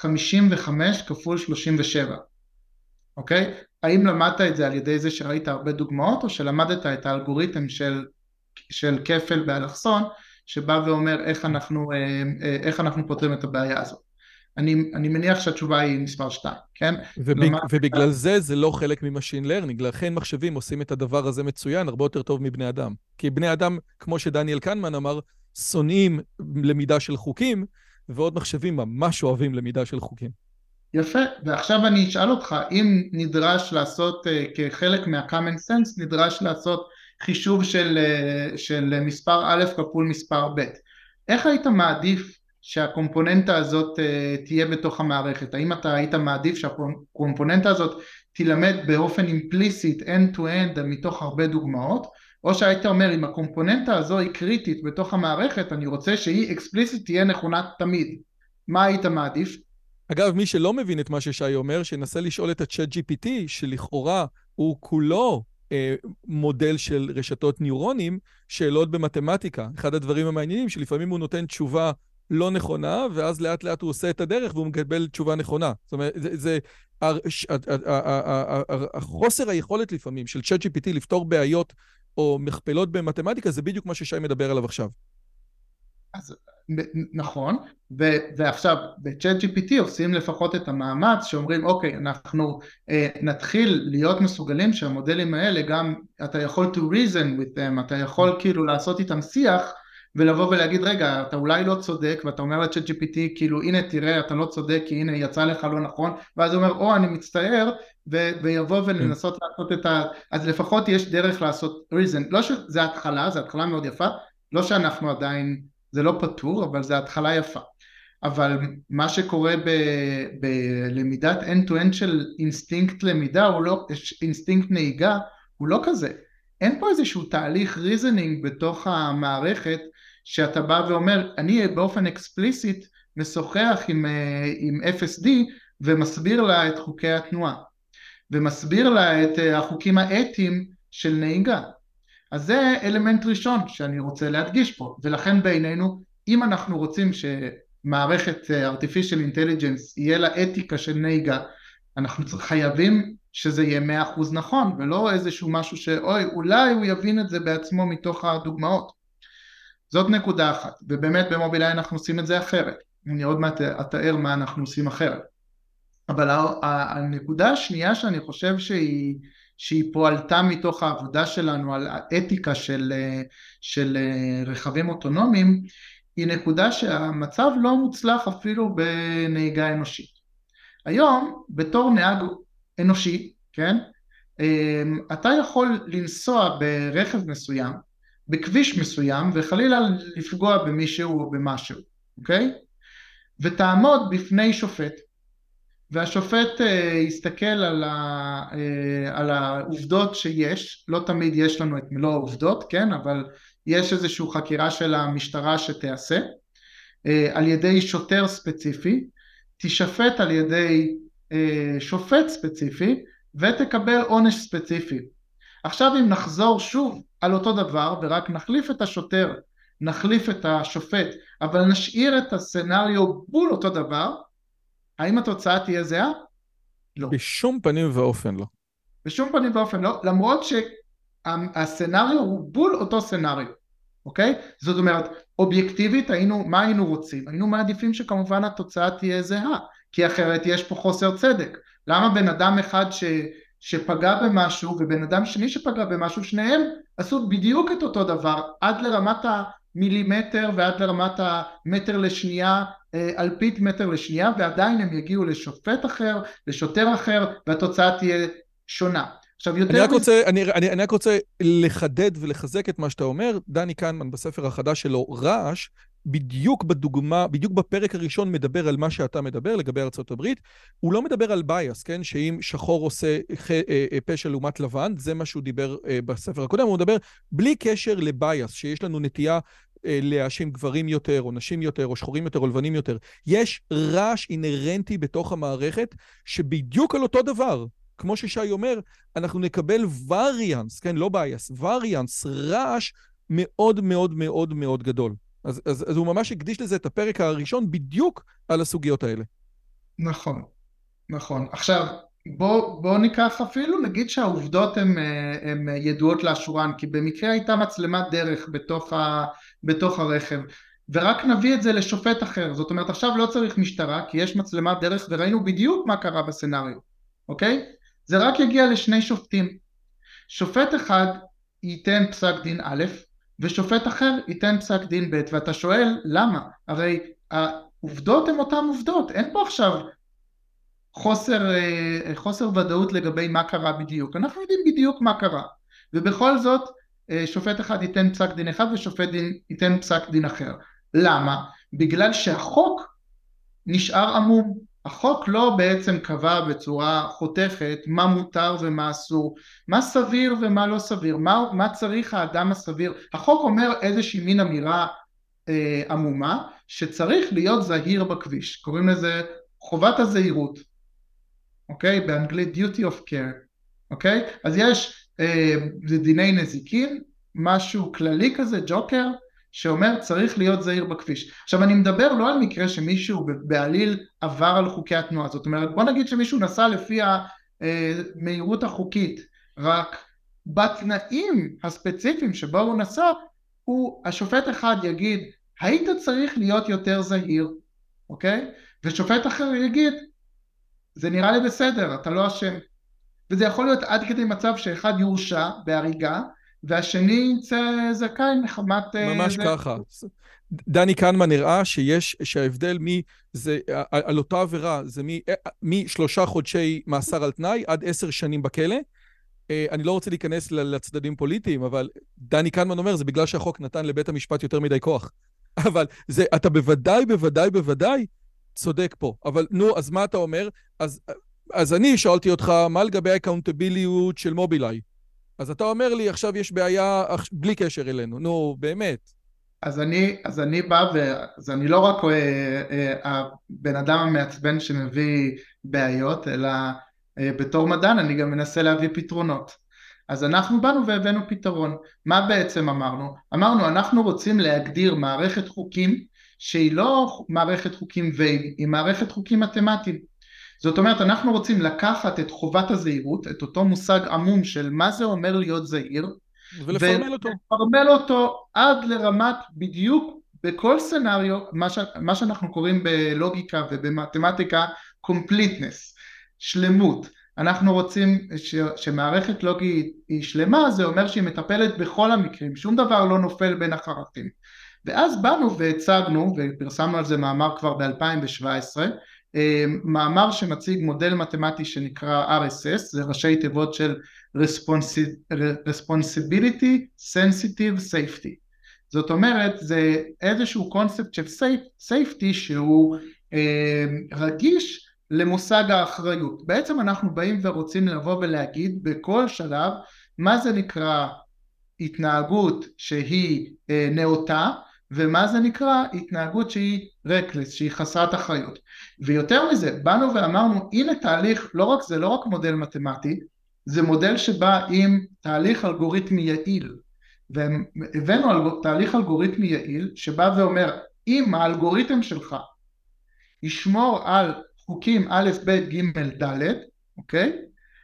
55 כפול 37? אוקיי? האם למדת את זה על ידי זה שראית הרבה דוגמאות, או שלמדת את האלגוריתם של כפל באלכסון, שבא ואומר איך אנחנו פותרים את הבעיה הזאת? אני מניח שהתשובה היא מספר 2, כן? ובגלל זה לא חלק ממשין לרנינג, לכן מחשבים עושים את הדבר הזה מצוין, הרבה יותר טוב מבני אדם. כי בני אדם, כמו שדניאל קנמן אמר, שונאים למידה של חוקים, ועוד מחשבים ממש אוהבים למידה של חוקים. יפה, ועכשיו אני אשאל אותך, אם נדרש לעשות, כחלק מה-common sense, נדרש לעשות חישוב של מספר א' כפול מספר ב', איך היית מעדיף שהקומפוננטה הזאת תהיה בתוך המערכת? האם אתה היית מעדיף שהקומפוננטה הזאת תלמד באופן אימפליסיט, end-to-end, מתוך הרבה דוגמאות, או שהיית אומר, אם הקומפוננטה הזו היא קריטית בתוך המערכת, אני רוצה שהיא אקספליסיט תהיה נכונה תמיד. מה היית מעדיף? אגב, מי שלא מבין את מה ששי אומר, שנסה לשאול את ה-Chat GPT, שלכאורה הוא כולו מודל של רשתות ניורונים, שאלות במתמטיקה. אחד הדברים המעניינים שלפעמים הוא נותן תשובה לא נכונה, ואז לאט לאט הוא עושה את הדרך והוא מקבל תשובה נכונה. זאת אומרת, החוסר היכולת לפעמים של Chat GPT לפתור בעיות או מכפלות במתמטיקה, זה בדיוק מה ששי מדבר עליו עכשיו. אז נכון, ועכשיו ב-Chat GPT עושים לפחות את המאמץ שאומרים אוקיי, אנחנו נתחיל להיות מסוגלים שהמודלים האלה גם אתה יכול to reason with them, אתה יכול כאילו לעשות איתם שיח ולבוא ולהגיד רגע אתה אולי לא צודק, ואתה אומר ל-Chat GPT כאילו הנה תראה אתה לא צודק כי הנה יצא לך לא נכון, ואז הוא אומר אני מצטער, ויבוא ולנסות לעשות אז לפחות יש דרך לעשות reason, לא שזה התחלה, זה התחלה מאוד יפה, לא שאנחנו עדיין זה לא פתור, אבל זה התחלה יפה. אבל מה שקורה בלמידת end-to-end של אינסטינקט למידה, אינסטינקט נהיגה, הוא לא כזה. אין פה איזשהו תהליך reasoning בתוך המערכת, שאתה בא ואומר, אני באופן אקספליסיט משוחח עם FSD, ומסביר לה את חוקי התנועה, ומסביר לה את החוקים האתיים של נהיגה. אז זה אלמנט ראשון שאני רוצה להדגיש פה, ולכן בעינינו, אם אנחנו רוצים שמערכת artificial intelligence יהיה לה אתיקה של נהיגה, אנחנו חייבים שזה יהיה 100% נכון, ולא איזשהו משהו שאוי, אולי הוא יבין את זה בעצמו מתוך הדוגמאות. זאת נקודה אחת, ובאמת במובילאיי אנחנו עושים את זה אחרת. אני עוד מעט אתאר מה אנחנו עושים אחרת. אבל הנקודה השנייה שאני חושב שהיא פועלתה מתוך העבודה שלנו על האתיקה של רכבים אוטונומיים, היא נקודה שהמצב לא מוצלח אפילו בנהיגה אנושית. היום, בתור נהג אנושי, כן, אתה יכול לנסוע ברכב מסוים, בכביש מסוים, וחלילה לפגוע במישהו או במשהו, אוקיי? ותעמוד בפני שופט, והשופט יסתכל על העובדות שיש, לא תמיד יש לנו את מלוא העובדות, כן, אבל יש איזושהי חקירה של המשטרה שתעשה, על ידי שוטר ספציפי, תשפט על ידי שופט ספציפי, ותקבל עונש ספציפי. עכשיו אם נחזור שוב על אותו דבר, ורק נחליף את השוטר, נחליף את השופט, אבל נשאיר את הסצנריו בול אותו דבר, האם התוצאה תהיה זהה? לא. בשום פנים ואופן לא. בשום פנים ואופן לא, למרות שהסצנריו הוא בול אותו סצנריו, אוקיי? זאת אומרת, אובייקטיבית, מה היינו רוצים? היינו מעדיפים שכמובן התוצאה תהיה זהה, כי אחרת יש פה חוסר צדק. למה בן אדם אחד שפגע במשהו, ובן אדם שני שפגע במשהו, שניהם עשו בדיוק את אותו דבר, עד לרמת המילימטר, ועד לרמת המטר לשנייה, אלפית מטר לשנייה, ועדיין הם יגיעו לשופט אחר, לשוטר אחר, והתוצאה תהיה שונה. עכשיו יותר... אני רק רוצה לחדד ולחזק את מה שאתה אומר. דני קנמן בספר החדש שלו, רעש, בדיוק בדוגמה, בדיוק בפרק הראשון מדבר על מה שאתה מדבר לגבי ארצות הברית. הוא לא מדבר על בייס, כן? שאם שחור עושה פשע לעומת לבן, זה מה שהוא דיבר בספר הקודם. הוא מדבר בלי קשר לבייס, שיש לנו נטייה להאשים גברים יותר, או נשים יותר, או שחורים יותר, או לבנים יותר. יש רעש אינרנטי בתוך המערכת, שבדיוק על אותו דבר, כמו ששי אומר, אנחנו נקבל וריאנס, כן, לא בייס, וריאנס, רעש מאוד מאוד מאוד מאוד גדול. אז הוא ממש הקדיש לזה את הפרק הראשון בדיוק על הסוגיות האלה. נכון, נכון. עכשיו, בוא ניקח אפילו, נגיד שהעובדות הן ידועות לאשורן, כי במקרה הייתה מצלמת דרך בתוך הרכב, ורק נביא את זה לשופט אחר. זאת אומרת, עכשיו לא צריך משטרה, כי יש מצלמת דרך, וראינו בדיוק מה קרה בסצנריו, אוקיי? זה רק יגיע לשני שופטים. שופט אחד ייתן פסק דין א', ושופט אחר ייתן פסק דין ב', ואתה שואל למה? הרי העובדות הן אותן עובדות, אין פה עכשיו חוסר ודאות לגבי מה קרה בדיוק, אנחנו יודעים בדיוק מה קרה, ובכל זאת שופט אחד ייתן פסק דין אחד ושופט ייתן פסק דין אחר. למה? בגלל שהחוק נשאר עמום. החוק לא בעצם קבע בצורה חותכת מה מותר ומה אסור, מה סביר ומה לא סביר, מה צריך האדם הסביר. החוק אומר איזושהי מין אמירה עמומה, שצריך להיות זהיר בכביש, קוראים לזה חובת הזהירות, אוקיי? באנגלית duty of care, אוקיי? אז יש דיני נזיקין, משהו כללי כזה, ג'וקר, שאומר צריך להיות זהיר בכביש. עכשיו אני מדבר לא על מקרה שמישהו בעליל עבר על חוקי התנועה, זאת אומרת בוא נגיד שמישהו נסע לפי המהירות החוקית, רק בתנאים הספציפיים שבו הוא נסע, השופט אחד יגיד היית צריך להיות יותר זהיר, אוקיי? ושופט אחר יגיד זה נראה לי בסדר, אתה לא אשם. וזה יכול להיות עד כדי מצב שאחד יורשע בהריגה, והשני יצא זכאי מחמת... ממש ככה. דני קנמן נראה שההבדל על אותה עבירה, זה מ3 חודשי מאסר על תנאי עד 10 שנים בכלא. אני לא רוצה להיכנס לצדדים פוליטיים, אבל דני קנמן אומר, זה בגלל שהחוק נתן לבית המשפט יותר מדי כוח. אבל אתה בוודאי צודק פה. אבל נו, אז מה אתה אומר? אז אני שאלתי אותך, מה לגבי האקאונטביליות של מובילאיי? אז אתה אומר לי, עכשיו יש בעיה בלי קשר אלינו. נו, באמת. אז אני בא, אז אני לא רק הבן אדם המעצבן שמביא בעיות, אלא בתור מדען אני גם מנסה להביא פתרונות. אז אנחנו באנו והבאנו פתרון. מה בעצם אמרנו? אמרנו, אנחנו רוצים להגדיר מערכת חוקים שהיא לא מערכת חוקים ואי, היא מערכת חוקים מתמטיים. זאת אומרת, אנחנו רוצים לקחת את חובת הזהירות, את אותו מושג עמום של מה זה אומר להיות זהיר, ולפרמל אותו. ולפרמל אותו עד לרמת בדיוק בכל סנריו, מה שאנחנו קוראים בלוגיקה ובמתמטיקה completeness, שלמות. אנחנו רוצים שמערכת לוגית היא שלמה, זה אומר שהיא מטפלת בכל המקרים, שום דבר לא נופל בין החרכים. ואז באנו והצגנו, ופרסמנו על זה מאמר כבר ב-2017, מאמר שמציג מודל מתמטי שנקרא RSS, זה ראשי תיבות של Responsibility Sensitive Safety. זאת אומרת, זה איזשהו קונספט של safety שהוא רגיש למושג האחריות. בעצם אנחנו באים ורוצים לבוא ולהגיד בכל שלב מה זה נקרא התנהגות שהיא נאותה, ומה זה נקרא התנהגות שהיא רקלס, שהיא חסרת אחריות. ויותר מזה, באנו ואמרנו, הנה תהליך, זה לא רק מודל מתמטי, זה מודל שבא עם תהליך אלגוריתמי יעיל, והבאנו תהליך אלגוריתמי יעיל, שבא ואומר, אם האלגוריתם שלך ישמור על חוקים א', ב', ג', ד', אוקיי?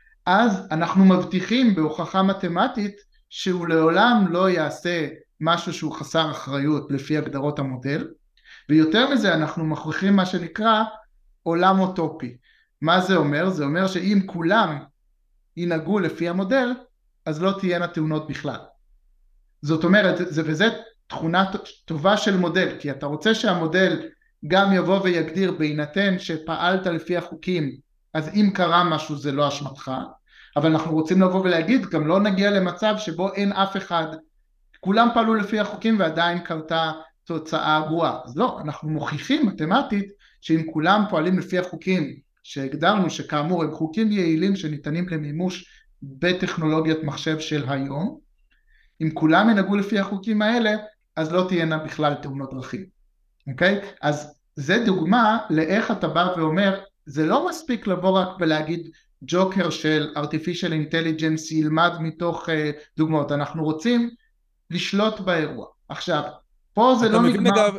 אז אנחנו מבטיחים בהוכחה מתמטית, שהוא לעולם לא יעשה משהו שהוא חסר אחריות לפי הגדרות המודל, ויותר מזה אנחנו מכריחים מה שנקרא עולם אוטופי. מה זה אומר? זה אומר שאם כולם ינהגו לפי המודל, אז לא תהיינה תאונות בכלל. זאת אומרת, וזה תכונה טובה של מודל, כי אתה רוצה שהמודל גם יבוא ויגדיר בהינתן שפעלת לפי החוקים, אז אם קרה משהו זה לא אשמתך, אבל אנחנו רוצים לבוא ולהגיד, גם לא נגיע למצב שבו אין אף אחד, כולם פעלו לפי החוקים ועדיין קרתה תוצאה גרועה. אז לא, אנחנו מוכיחים מתמטית שאם כולם פועלים לפי החוקים שהגדרנו שכאמור הם חוקים יעילים שניתנים למימוש בטכנולוגיית מחשב של היום, אם כולם ינהגו לפי החוקים האלה, אז לא תהיינה בכלל תאונות דרכים. אוקיי? אז זה דוגמה לאיך אתה בא ואומר, זה לא מספיק לבוא רק ולהגיד ג'וקר של artificial intelligence ילמד מתוך דוגמאות, אנחנו רוצים לשלוט באירוע. עכשיו, פה זה לא נגמר. אתה מבין אגב,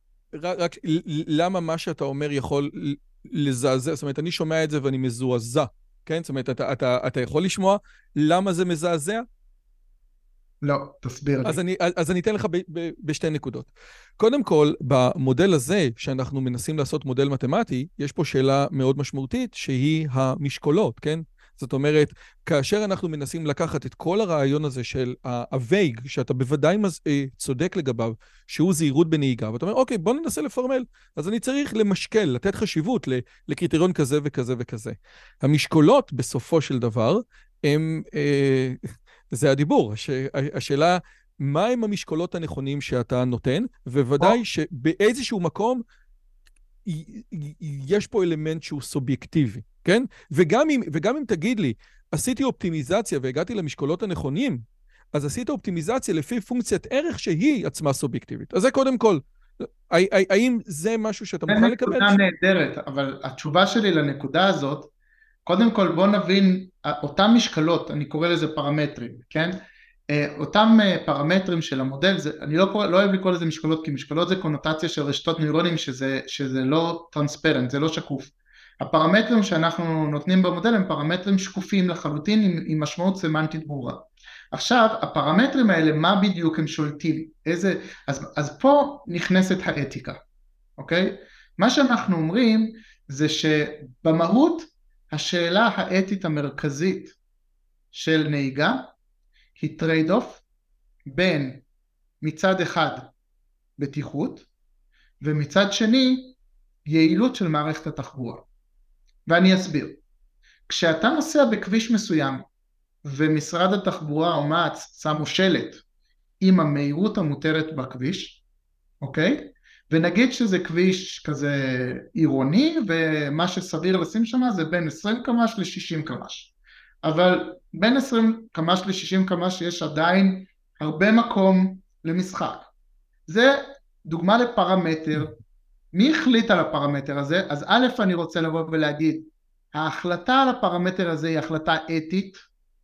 רק למה מה שאתה אומר יכול לזעזע, זאת אומרת, אני שומע את זה ואני מזועזע, כן? זאת אומרת, אתה יכול לשמוע למה זה מזעזע? לא, תסביר לי. אז אני אתן לך בשתי נקודות. קודם כל, במודל הזה, שאנחנו מנסים לעשות מודל מתמטי, יש פה שאלה מאוד משמעותית, שהיא המשקולות, כן? זאת אומרת, כאשר אנחנו מנסים לקחת את כל הרעיון הזה של הווייג, שאתה בוודאי צודק לגביו, שהוא זהירות בנהיגה, ואתה אומר, אוקיי, בוא ננסה לפרמל. אז אני צריך למשקל, לתת חשיבות לקריטריון כזה וכזה וכזה. המשקולות, בסופו של דבר, הם... זה הדיבור, השאלה, מה הם המשקולות הנכונים שאתה נותן, וודאי שבאיזשהו מקום יש פה אלמנט שהוא סובייקטיבי, כן? וגם אם תגיד לי, עשיתי אופטימיזציה והגעתי למשקולות הנכונים, אז עשית אופטימיזציה לפי פונקציית ערך שהיא עצמה סובייקטיבית. אז זה קודם כל, האם זה משהו שאתה מוכן לקבל? זה נקודה נהדרת, אבל התשובה שלי לנקודה הזאת, קודם כל בוא נבין, אותם משקלות, אני קורא לזה פרמטרים, כן? אותם פרמטרים של המודל, אני לא אוהב לקרוא לזה משקלות, כי משקלות זה קונוטציה של רשתות נוירונים, שזה לא טרנספרנט, זה לא שקוף. הפרמטרים שאנחנו נותנים במודל הם פרמטרים שקופים לחלוטין עם משמעות סמנטית ברורה. עכשיו, הפרמטרים האלה, מה בדיוק הם שולטים? אז פה נכנסת האתיקה, אוקיי? מה שאנחנו אומרים זה שבמהות השאלה האתית המרכזית של נהיגה היא טרייד אוף בין מצד אחד בטיחות ומצד שני יעילות של מערכת התחבורה. ואני אסביר. כשאתה נוסע בכביש מסוים ומשרד התחבורה או מע"צ שמו שלט עם המהירות המותרת בכביש, אוקיי? ונגיד שזה כביש כזה עירוני, ומה שסביר לשים שם זה בין 20 קמ"ש ל-60 קמ"ש. אבל בין 20 קמ"ש ל-60 קמ"ש יש עדיין הרבה מקום למשחק. זה דוגמה לפרמטר. מי החליט על הפרמטר הזה? אז א', אני רוצה לבוא ולהגיד, ההחלטה על הפרמטר הזה היא החלטה אתית,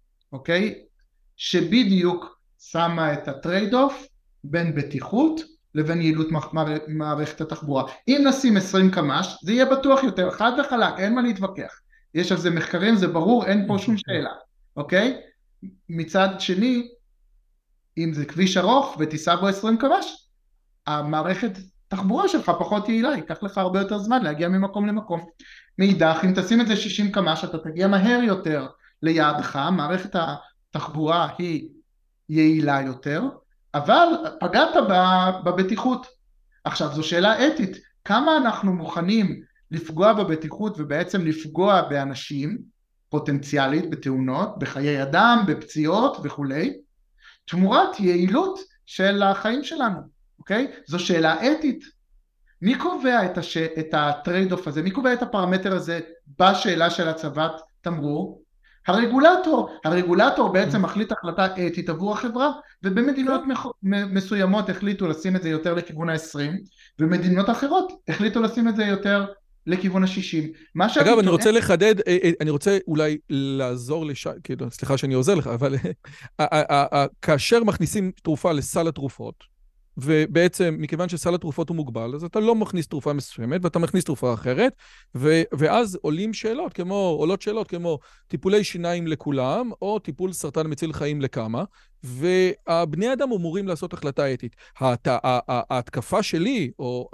אוקיי? שבדיוק שמה את הטרייד אוף בין בטיחות לבין יעילות מערכת התחבורה. אם נשים 20 קמ"ש, זה יהיה בטוח יותר, חד וחלק, אין מה להתווכח. יש על זה מחקרים, זה ברור, אין פה שום שאלה, אוקיי? מצד שני, אם זה כביש ארוך ותיסע בו 20 קמ"ש, המערכת תחבורה שלך פחות יעילה, ייקח לך הרבה יותר זמן להגיע ממקום למקום. מאידך, אם תשים את זה 60 קמ"ש, אתה תגיע מהר יותר ליעדך, מערכת התחבורה היא יעילה יותר, אבל פגעת בבטיחות. עכשיו, זו שאלה אתית, כמה אנחנו מוכנים לפגוע בבטיחות ובעצם לפגוע באנשים פוטנציאלית, בתאונות, בחיי אדם, בפציעות וכולי, תמורת יעילות של החיים שלנו, אוקיי? זו שאלה אתית. מי קובע את הטרייד אוף הזה? מי קובע את הפרמטר הזה בשאלה של הצבת תמרור? הרגולטור בעצם מחליט החלטה אתית עבור החברה, ובמדינות מסוימות החליטו לשים את זה יותר לכיוון ה-20, ומדינות אחרות החליטו לשים את זה יותר לכיוון ה-60. אגב, אני רוצה לחדד, אני רוצה אולי לעזור כאילו, סליחה שאני עוזר לך, אבל כאשר מכניסים תרופה לסל התרופות, ובעצם מכיוון שסל התרופות הוא מוגבל, אז אתה לא מכניס תרופה מסוימת, ואתה מכניס תרופה אחרת, ואז עולות שאלות כמו טיפולי שיניים לכולם, או טיפול סרטן מציל חיים לכמה, והבני אדם אמורים לעשות החלטה אתית. ההתקפה שלי, או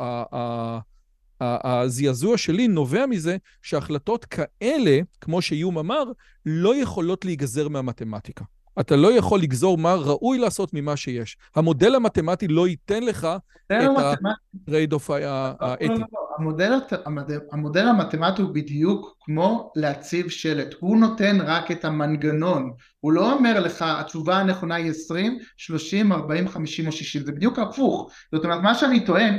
הזעזוע שלי נובע מזה שהחלטות כאלה, כמו שיום אמר, לא יכולות להיגזר מהמתמטיקה. אתה לא יכול לגזור מה ראוי לעשות ממה שיש. המודל המתמטי לא ייתן לך את הטרייד-אוף האתי. המודל המתמטי הוא בדיוק כמו להציב שלט. הוא נותן רק את המנגנון. הוא לא אומר לך, התשובה הנכונה היא 20, 30, 40, 50 או 60. זה בדיוק הפוך. זאת אומרת, מה שאני טוען,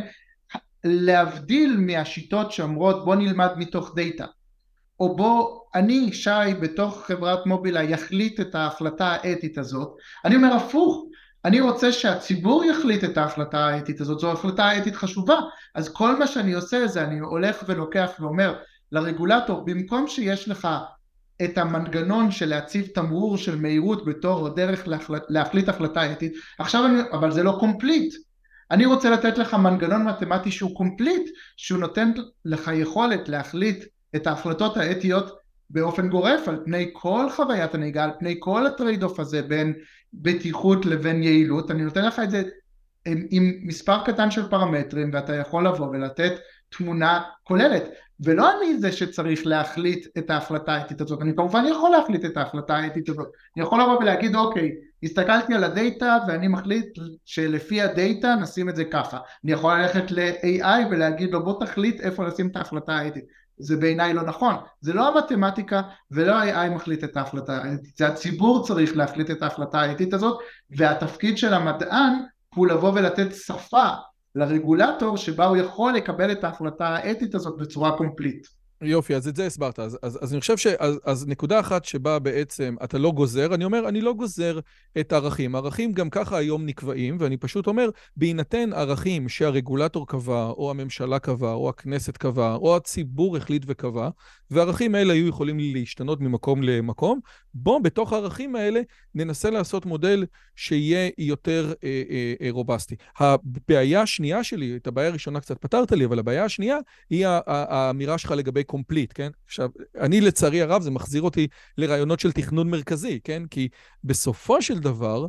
להבדיל מהשיטות שאומרות בוא נלמד מתוך דאטה, או בוא אני שי בתוך חברת מובילה יחליט את ההחלטה האתית הזאת, אני אומר הפוך, אני רוצה שהציבור יחליט את ההחלטה האתית הזאת, זו החלטה אתית חשובה, אז כל מה שאני עושה זה אני הולך ולוקח ואומר לרגולטור, במקום שיש לך את המנגנון של להציב תמרור של מהירות בתור דרך להחליט החלטה אתית, אבל זה לא קומפליט, אני רוצה לתת לך מנגנון מתמטי שהוא קומפליט, שהוא נותן לך יכולת להחליט את ההחלטות האתיות באופן גורף על פני כל חוויית הנהיגה, על פני כל הטרייד אוף הזה בין בטיחות לבין יעילות. אני נותן לך את זה עם מספר קטן של פרמטרים, ואתה יכול לבוא ולתת תמונה כוללת, ולא אני זה שצריך להחליט את ההחלטה האתית הזאת, אני כמובן יכול להחליט את ההחלטה האתית הזאת, אני יכול לבוא ולהגיד אוקיי, הסתכלתי על הדאטה ואני מחליט שלפי הדאטה נשים את זה ככה, אני יכול ללכת ל-AI ולהגיד לו בוא תחליט איפה לשים את ההחלטה האתית, זה בעיניי לא נכון, זה לא המתמטיקה ולא ה-AI מחליט את ההחלטה האתית, זה הציבור צריך להחליט את ההחלטה האתית הזאת, והתפקיד של המדען הוא לבוא ולתת שפה לרגולטור שבה הוא יכול לקבל את ההחלטה האתית הזאת בצורה קומפליט. יופי, אז את זה הסברת. אז אני חושב אז נקודה אחת שבה בעצם אתה לא גוזר, אני אומר, אני לא גוזר את הערכים. הערכים גם ככה היום נקבעים, ואני פשוט אומר, בהינתן ערכים שהרגולטור קבע, או הממשלה קבע, או הכנסת קבע, או הציבור החליט וקבע, והערכים האלה היו יכולים להשתנות ממקום למקום, בוא בתוך הערכים האלה ננסה לעשות מודל שיהיה יותר רובסטי. הבעיה השנייה שלי, את הבעיה הראשונה קצת פתרת לי, אבל הבעיה השנייה היא האמירה שלך לגבי קומפליט, כן? עכשיו, אני לצערי הרב, זה מחזיר אותי לרעיונות של תכנון מרכזי, כן? כי בסופו של דבר,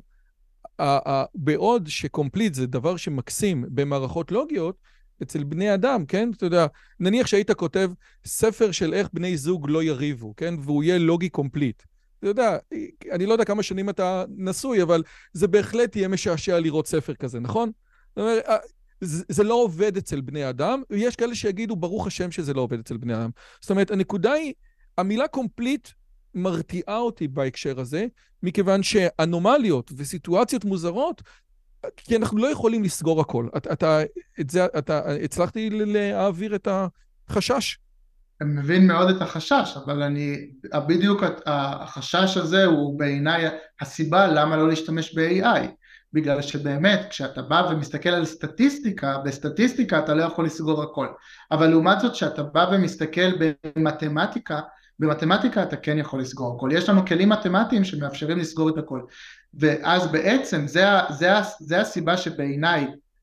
בעוד שקומפליט זה דבר שמקסים במערכות לוגיות, אצל בני אדם, כן? אתה יודע, נניח שהיית כותב ספר של איך בני זוג לא יריבו, כן? והוא יהיה לוגי קומפליט. אתה יודע, אני לא יודע כמה שנים אתה נשוי, אבל זה בהחלט יהיה משעשע לראות ספר כזה, נכון? זאת אומרת, זה לא עובד אצל בני אדם, ויש כאלה שיגידו, ברוך השם שזה לא עובד אצל בני אדם. זאת אומרת, הנקודה היא, המילה קומפליט מרתיעה אותי בהקשר הזה, מכיוון שאנומליות וסיטואציות מוזרות, כי אנחנו לא יכולים לסגור הכל. אתה הצלחתי להעביר את החשש? אני מבין מאוד את החשש, אבל בדיוק החשש הזה הוא בעיניי הסיבה למה לא להשתמש ב-AI. בגלל שבאמת כשאתה בא ומסתכל על סטטיסטיקה, בסטטיסטיקה אתה לא יכול לסגור הכל, אבל לעומת זאת שאתה בא ומסתכל במתמטיקה, במתמטיקה אתה כן יכול לסגור הכל, יש לנו כלים מתמטיים שמאפשרים לסגור את הכל, ואז בעצם זה הסיבה שבעיניי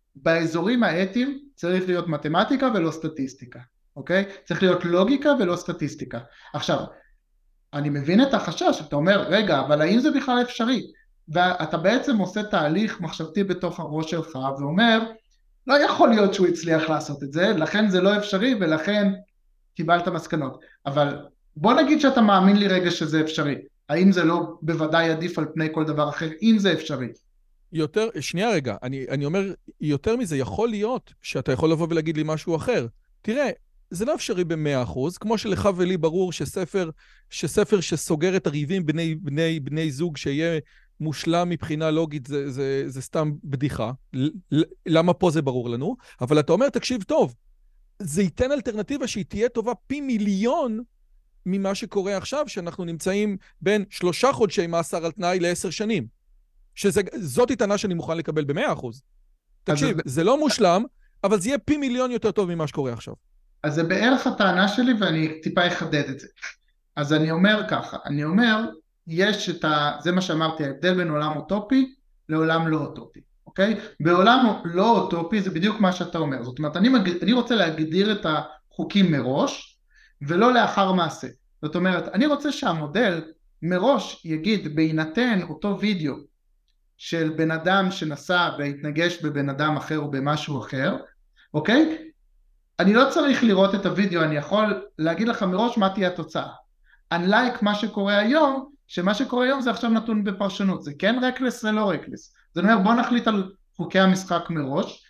באזורים האתיים צריך להיות מתמטיקה ולא סטטיסטיקה, אוקיי? צריך להיות לוגיקה ולא סטטיסטיקה. עכשיו, אני מבין את החשש, אתה אומר, רגע, אבל האם זה בכלל אפשרי? ואתה בעצם עושה תהליך מחשבתי בתוך הראש שלך, ואומר, לא יכול להיות שהוא הצליח לעשות את זה, לכן זה לא אפשרי, ולכן קיבלת מסקנות. אבל בוא נגיד שאתה מאמין לי רגע שזה אפשרי. האם זה לא בוודאי עדיף על פני כל דבר אחר, אם זה אפשרי? שנייה רגע, אני אומר, יותר מזה, יכול להיות שאתה יכול לבוא ולהגיד לי משהו אחר. תראה, זה לא אפשרי ב100%, כמו שלך ולי ברור שספר שסוגר את הריבים בני זוג שיהיה מושלם מבחינה לוגית, זה סתם בדיחה. למה פה זה ברור לנו? אבל אתה אומר, תקשיב טוב, זה ייתן אלטרנטיבה שהיא תהיה טובה פי מיליון ממה שקורה עכשיו, שאנחנו נמצאים בין 3 חודשי מאסר על תנאי ל10 שנים. שזאת טענה שאני מוכן לקבל ב100%. תקשיב, זה לא מושלם, אבל זה יהיה פי מיליון יותר טוב ממה שקורה עכשיו. אז זה בערך הטענה שלי, ואני טיפה אחדד את זה. אז אני אומר ככה, אני אומר, יש זה מה שאמרתי, ההבדל בין עולם אוטופי לעולם לא אוטופי, אוקיי? בעולם לא אוטופי זה בדיוק מה שאתה אומר, זאת אומרת, אני רוצה להגדיר את החוקים מראש, ולא לאחר מעשה. זאת אומרת, אני רוצה שהמודל מראש יגיד, בהינתן אותו וידאו, של בן אדם שנסע והתנגש בבן אדם אחר או במשהו אחר, אוקיי? אני לא צריך לראות את הוידאו, אני יכול להגיד לך מראש מה תהיה התוצאה. Unlike מה שקורה היום, שמה שקורה היום זה עכשיו נתון בפרשנות, זה כן רקלס זה לא רקלס. זאת אומרת, בוא נחליט על חוקי המשחק מראש,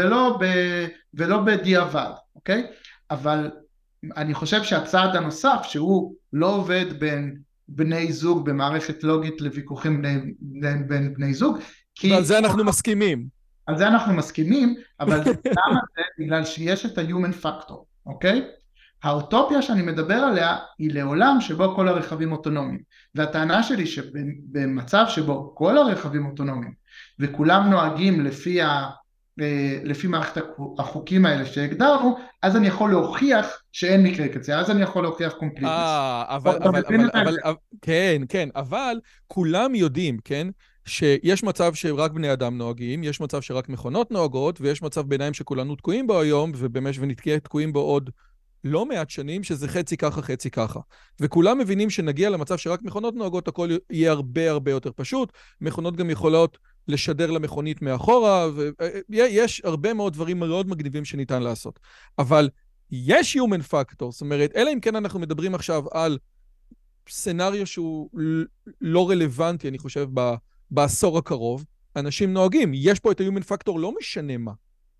ולא בדיעבד, אוקיי? אבל אני חושב שהצעד הנוסף, שהוא לא עובד בין בני זוג במערכת לוגית לוויכוחים בין בני זוג, ועל זה אנחנו מסכימים. על זה אנחנו מסכימים, אבל למה זה? בגלל שיש את ה-human factor, אוקיי? האוטופיה שאני מדבר עליה היא לעולם שבו כל הרכבים אוטונומיים, והטענה שלי שבמצב שבו כל הרכבים אוטונומיים, וכולם נוהגים לפי מערכת החוקים האלה שהגדרנו, אז אני יכול להוכיח שאין מקרה קצה, אז אני יכול להוכיח קומפליטנס. כן, אבל כולם יודעים, כן? שיש מצב שרק בני אדם נוהגים, יש מצב שרק מכונות נוהגות, ויש מצב ביניים שכולנו תקועים בו היום, ונתקעה תקועים בו עוד לא מעט שנים, שזה חצי ככה, חצי ככה. וכולם מבינים שנגיע למצב שרק מכונות נוהגות, הכל יהיה הרבה הרבה יותר פשוט. מכונות גם יכולות לשדר למכונית מאחורה, ויש הרבה מאוד דברים מאוד מגניבים שניתן לעשות. אבל יש human factor, זאת אומרת, אלא אם כן אנחנו מדברים עכשיו על סנריו שהוא לא רלוונטי, אני חושב, בעשור הקרוב, אנשים נוהגים. יש פה את ה-human factor, לא משנה מה.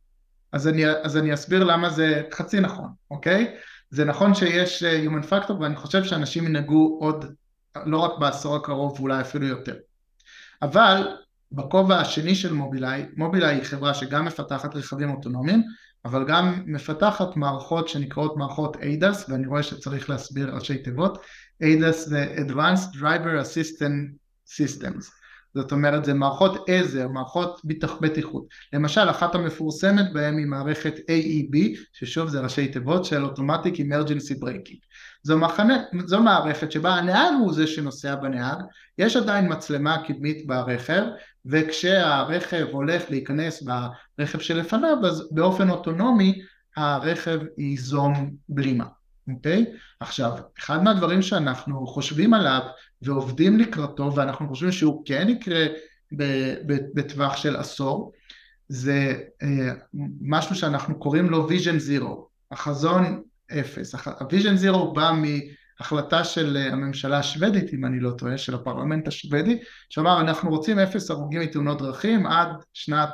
אז אני אסביר למה זה חצי נכון, אוקיי? זה נכון שיש human factor, ואני חושב שאנשים ינהגו עוד, לא רק בעשור הקרוב, ואולי אפילו יותר. אבל בכובע השני של מובילאיי, מובילאיי היא חברה שגם מפתחת רכבים אוטונומיים, אבל גם מפתחת מערכות שנקראות מערכות ADAS, ואני רואה שצריך להסביר ראשי תיבות. ADAS זה Advanced Driver Assistant Systems. זאת אומרת, זה מערכות עזר, מערכות בטיחות. למשל, אחת המפורסמת בהם היא מערכת AEB, ששוב זה ראשי תיבות של Automatic Emergency Braking. זו מערכת שבה הנהג הוא זה שנוסע בנהג, יש עדיין מצלמה קדמית ברכב, וכשהרכב הולך להיכנס ברכב שלפניו, אז באופן אוטונומי הרכב ייזום בלימה. אוקיי? עכשיו, אחד מהדברים שאנחנו חושבים עליו ועובדים לקראתו, ואנחנו חושבים שהוא כן יקרה בטווח של עשור, זה משהו שאנחנו קוראים לו Vision Zero, החזון אפס. ה-Vision Zero בא מהחלטה של הממשלה השוודית, אם אני לא טועה, של הפרלמנט השוודי, שאמר אנחנו רוצים 0 הרוגים מתאונות דרכים עד שנת,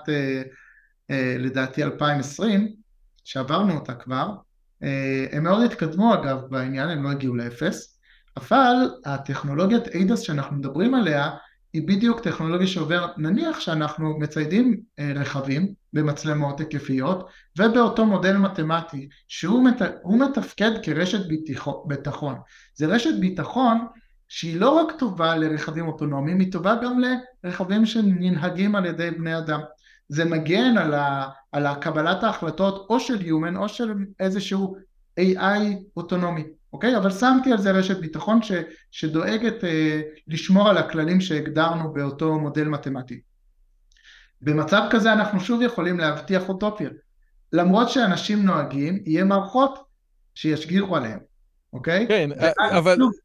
לדעתי 2020, שעברנו אותה כבר. הם מאוד התקדמו אגב בעניין, הם לא הגיעו לאפס, אבל הטכנולוגיית ADAS שאנחנו מדברים עליה, היא בדיוק טכנולוגיה שעובר, נניח שאנחנו מציידים רכבים במצלמות היקפיות, ובאותו מודל מתמטי, שהוא מתפקד כרשת ביטחון. זה רשת ביטחון שהיא לא רק טובה לרכבים אוטונומיים, היא טובה גם לרכבים שננהגים על ידי בני אדם. זה מגן על הקבלת ההחלטות או של human או של איזשהו AI אוטונומי, אוקיי? אבל שמתי על זה רשת ביטחון שדואגת לשמור על הכללים שהגדרנו באותו מודל מתמטי. במצב כזה אנחנו שוב יכולים להבטיח אוטופיה. למרות שאנשים נוהגים, יהיה מערכות שישגיחו עליהם, אוקיי? כן, ואז אבל שוב,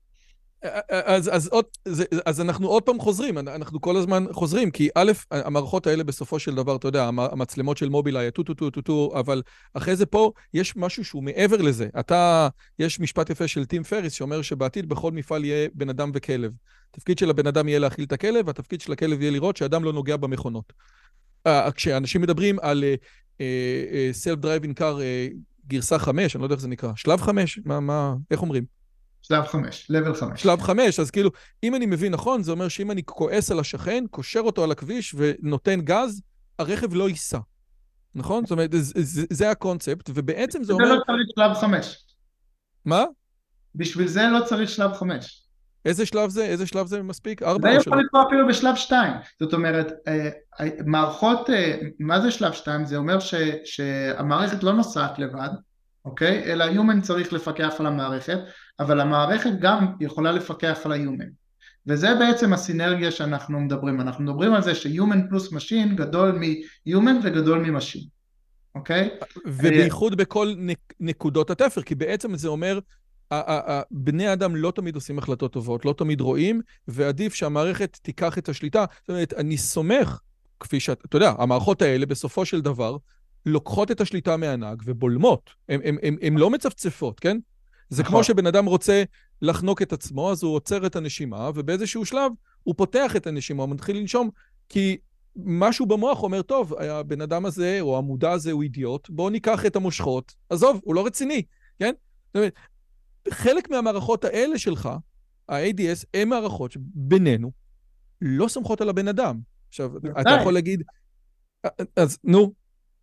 אז אנחנו עוד פעם חוזרים, אנחנו כל הזמן חוזרים, כי א', המערכות האלה בסופו של דבר, אתה יודע, המצלמות של מובילאיי, טו טו טו טו טו, אבל אחרי זה פה יש משהו שהוא מעבר לזה. יש משפט יפה של טים פריס שאומר שבעתיד בכל מפעל יהיה בן אדם וכלב. התפקיד של הבן אדם יהיה להאכיל את הכלב, והתפקיד של הכלב יהיה לראות שאדם לא נוגע במכונות. כשאנשים מדברים על Self-Driving Car גרסה 5, אני לא יודע איך זה נקרא, שלב 5, איך אומרים? שלב 5, level 5. שלב 5, אז כאילו, אם אני מבין נכון, זה אומר שאם אני כועס על השכן, קושר אותו על הכביש ונותן גז, הרכב לא ייסע. נכון? זאת אומרת, זה הקונספט, ובעצם זה זה אומר... לא צריך שלב 5. מה? בשביל זה לא צריך שלב 5. איזה שלב זה? איזה שלב זה מספיק? 4 זה או יכול 3? לקרות אפילו בשלב 2. זאת אומרת, מערכות, מה זה שלב 2? זה אומר שהמערכת לא נוסעת לבד, אוקיי? אלא human צריך לפקח על המערכת, אבל המערכת גם יכולה לפקח על ה-human. וזה בעצם הסינרגיה שאנחנו מדברים. אנחנו מדברים על זה ש-human פלוס machine גדול מ-human וגדול מ-machine, אוקיי? ובייחוד בכל נקודות התפר, כי בעצם זה אומר, בני אדם לא תמיד עושים החלטות טובות, לא תמיד רואים, ועדיף שהמערכת תיקח את השליטה. זאת אומרת, אני סומך, כפי אתה יודע, המערכות האלה בסופו של דבר, לוקחות את השליטה מהנהג ובולמות. הן לא מצפצפות, כן? זה כמו שבן אדם רוצה לחנוק את עצמו, אז הוא עוצר את הנשימה, ובאיזשהו שלב הוא פותח את הנשימה, הוא מתחיל לנשום, כי משהו במוח אומר, טוב, הבן אדם הזה, או המודע הזה הוא אידיוט, בואו ניקח את המושכות, עזוב, הוא לא רציני, כן? זאת אומרת, חלק מהמערכות האלה שלך, ה-ADS, הן מערכות שבינינו לא סומכות על הבן אדם. עכשיו, אתה יכול להגיד, אז נו.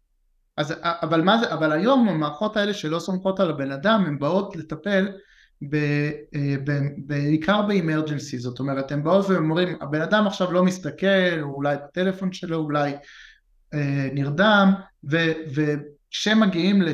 אבל היום המערכות האלה שלא סומכות על הבן אדם, הן באות לטפל בעיקר באמרג'נסי, זאת אומרת, הן באות ואומרים, הבן אדם עכשיו לא מסתכל, אולי בטלפון שלו, אולי נרדם, וכשמגיעים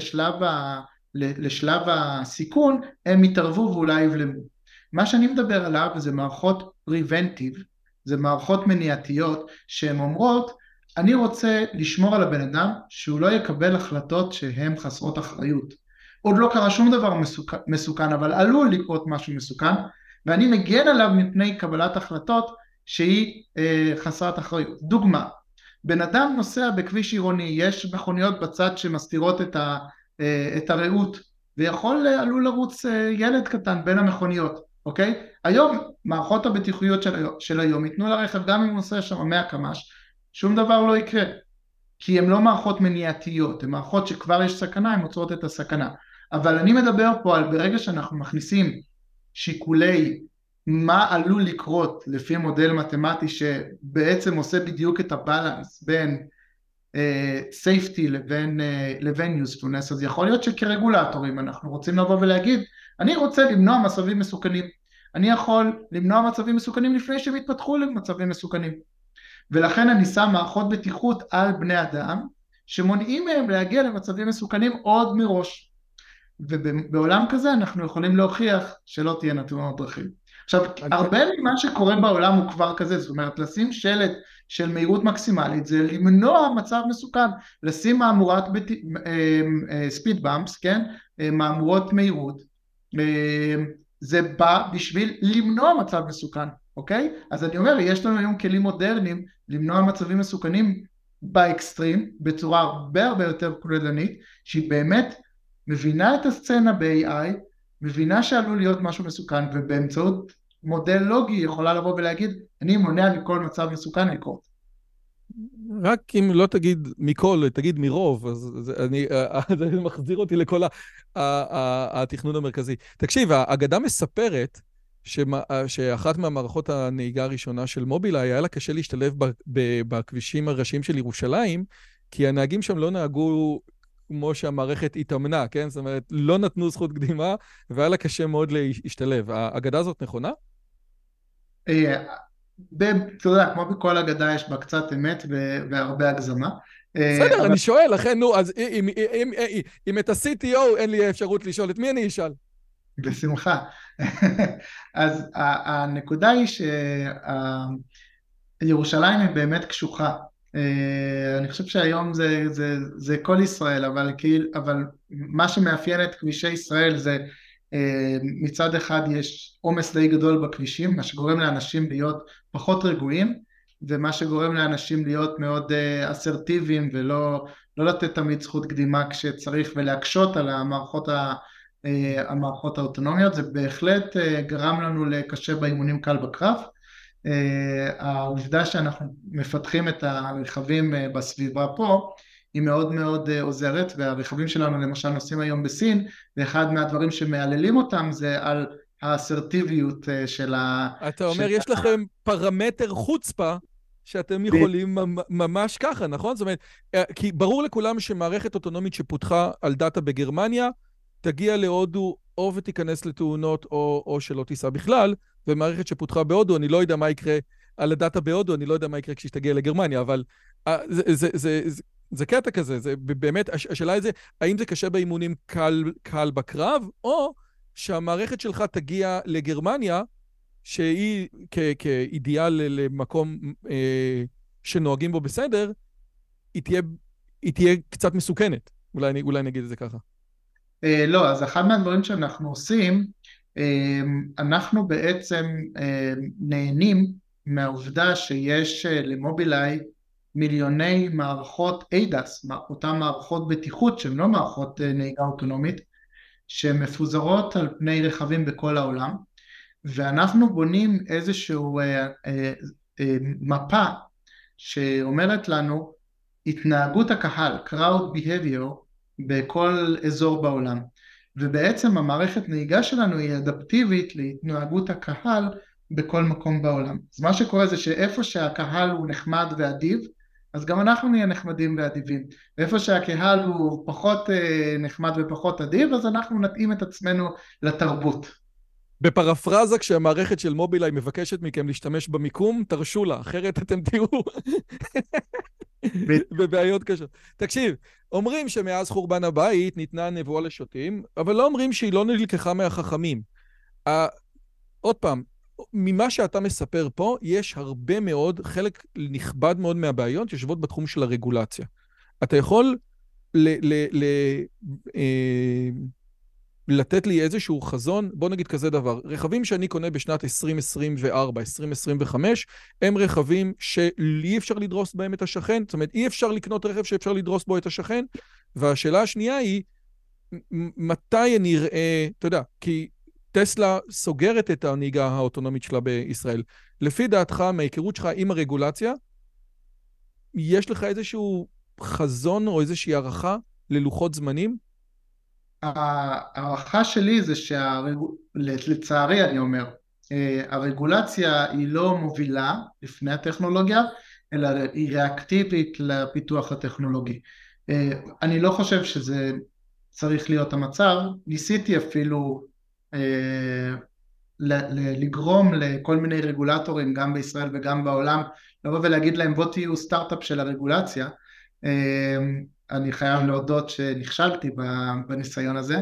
לשלב הסיכון, הם יתערבו ואולי יבלמו. מה שאני מדבר עליו זה מערכות preventive, זה מערכות מניעתיות, שהן אומרות, אני רוצה לשמור על הבן אדם, שהוא לא יקבל החלטות שהן חסרות אחריות. עוד לא קרה שום דבר מסוכן, אבל עלול לקרות משהו מסוכן, ואני מגן עליו מפני קבלת החלטות שהיא חסרת אחריות. דוגמה, בן אדם נוסע בכביש עירוני, יש מכוניות בצד שמסתירות את הרעות, עלול לרוץ ילד קטן בין המכוניות, אוקיי? היום, מערכות הבטיחויות של היום, ייתנו לרכב, גם אם הוא נוסע שם 100 קמ"ש, שום דבר לא יקרה, כי הן לא מערכות מניעתיות, הן מערכות שכבר יש סכנה, הן עוצרות את הסכנה. אבל אני מדבר פה על ברגע שאנחנו מכניסים שיקולי מה עלול לקרות לפי מודל מתמטי שבעצם עושה בדיוק את הבלנס בין safety לבין usefulness, אז יכול להיות שכרגולטורים אנחנו רוצים לבוא ולהגיד, אני רוצה למנוע מצבים מסוכנים, אני יכול למנוע מצבים מסוכנים לפני שהם יתפתחו למצבים מסוכנים, ולכן אני שם מערכות בטיחות על בני אדם, שמונעים מהם להגיע למצבים מסוכנים עוד מראש, ובעולם כזה אנחנו יכולים להוכיח שלא תהיה תאונות דרכים. עכשיו, הרבה ממה שקורה בעולם הוא כבר כזה, זאת אומרת, לשים שלט של מהירות מקסימלית, זה למנוע מצב מסוכן, לשים מהמורת ספיד במפס, כן? מהמורות מהירות, זה בא בשביל למנוע מצב מסוכן, אוקיי? אז אני אומר, יש לנו היום כלים מודרניים למנוע מצבים מסוכנים באקסטרים, בצורה הרבה יותר כוללנית, שהיא באמת מבינה את הסצנה ב-AI, מבינה שעלול להיות משהו מסוכן, ובאמצעות מודל לוגי יכולה לבוא ולהגיד, אני מונע מכל מצב מסוכן לקרות. רק אם לא תגיד מכל, תגיד מרוב, אז זה מחזיר אותי לכל התכנון המרכזי. תקשיב, האגדה מספרת שאחת מהמערכות הנהיגה הראשונה של מובילאיי היה לה קשה להשתלב בכבישים הראשיים של ירושלים, כי הנהגים שם לא נהגו כמו שהמערכת התאמנה, כן? זאת אומרת, לא נתנו זכות קדימה, והיה לה קשה מאוד להשתלב. האגדה הזאת נכונה? אתה יודע, כמו בכל אגדה יש בה קצת אמת והרבה הגזמה. בסדר, אני שואל, לכן, נו, אז אם את ה-CTO אין לי אפשרות לשאול, את מי אני אשאל? בשמחה. אז הנקודה היא שירושלים היא באמת קשוחה, אני חושב שהיום זה כל ישראל, אבל מה שמאפיין את כבישי ישראל זה מצד אחד יש עומס די גדול בכבישים, מה שגורם לאנשים להיות פחות רגועים, ומה שגורם לאנשים להיות מאוד אסרטיביים ולא לתת תמיד זכות קדימה כשצריך ולהקשות על המערכות האוטונומיות. זה בהחלט גרם לנו לקשה באימונים קל בקרב. העובדה שאנחנו מפתחים את הרכבים בסביבה פה היא מאוד מאוד עוזרת, והרכבים שלנו למשל נוסעים היום בסין, ואחד מהדברים שמעללים אותם זה על האסרטיביות של אתה אומר, יש לכם פרמטר חוצפה שאתם יכולים ממש ככה, נכון? זאת אומרת, כי ברור לכולם שמערכת אוטונומית שפותחה על דאטה בגרמניה, תגיע להודו או ותיכנס לתאונות או שלא תיסע בכלל, ומערכת שפותחה בהודו, אני לא יודע מה יקרה על הדאטה בהודו, אני לא יודע מה יקרה כשתגיע לגרמניה, אבל זה קטע כזה, זה באמת, השאלה היא זה, האם זה קשה באימונים קל בקרב, או שהמערכת שלך תגיע לגרמניה, שהיא כאידיאל למקום שנוהגים בו בסדר, היא תהיה קצת מסוכנת. אולי נגיד את זה ככה. לא, אז אחד מהדברים שאנחנו עושים, אנחנו בעצם נהנים מהעובדה שיש למובילאיי מיליוני מערכות ADAS, אותן מערכות בטיחות שהן לא מערכות נהיגה אוטונומית, שמפוזרות על פני רכבים בכל העולם, ואנחנו בונים איזשהו מפה שאומרת לנו התנהגות הקהל, crowd behavior, בכל אזור בעולם. ובעצם המערכת נהיגה שלנו היא אדפטיבית להתנהגות הקהל בכל מקום בעולם. אז מה שקורה זה שאיפה שהקהל הוא נחמד ואדיב, אז גם אנחנו נהיה נחמדים ואדיבים. ואיפה שהקהל הוא פחות נחמד ופחות אדיב, אז אנחנו נתאים את עצמנו לתרבות. בפרפרזה, כשהמערכת של מובילאיי מבקשת מכם להשתמש במיקום, תרשו לה, אחרת אתם תראו בבעיות קשות. תקשיב, אומרים שמאז חורבן הבית ניתנה נבואה לשוטים, אבל לא אומרים שהיא לא נלקחה מהחכמים. עוד פעם, ממה שאתה מספר פה, יש הרבה מאוד, חלק נכבד מאוד מהבעיות, יושבות בתחום של הרגולציה. אתה יכול לתת לי איזשהו חזון, בוא נגיד כזה דבר, רכבים שאני קונה בשנת 2024, 2025, הם רכבים שאי אפשר לדרוס בהם את השכן, זאת אומרת, אי אפשר לקנות רכב שאפשר לדרוס בו את השכן, והשאלה השנייה היא, מתי אני אראה, אתה יודע, כי טסלה סוגרת את הנהיגה האוטונומית שלה בישראל. לפי דעתך, מההיכרות שלך עם הרגולציה, יש לך איזשהו חזון או איזושהי הערכה ללוחות זמנים? הערכה שלי זה לצערי אני אומר, הרגולציה היא לא מובילה לפני הטכנולוגיה, אלא היא ריאקטיבית לפיתוח הטכנולוגי. אני לא חושב שזה צריך להיות המצב, ניסיתי אפילו לגרום לכל מיני רגולטורים, גם בישראל וגם בעולם, לבוא ולהגיד להם בוא תהיו סטארט-אפ של הרגולציה. אני חייב להודות שנכשלתי בניסיון הזה,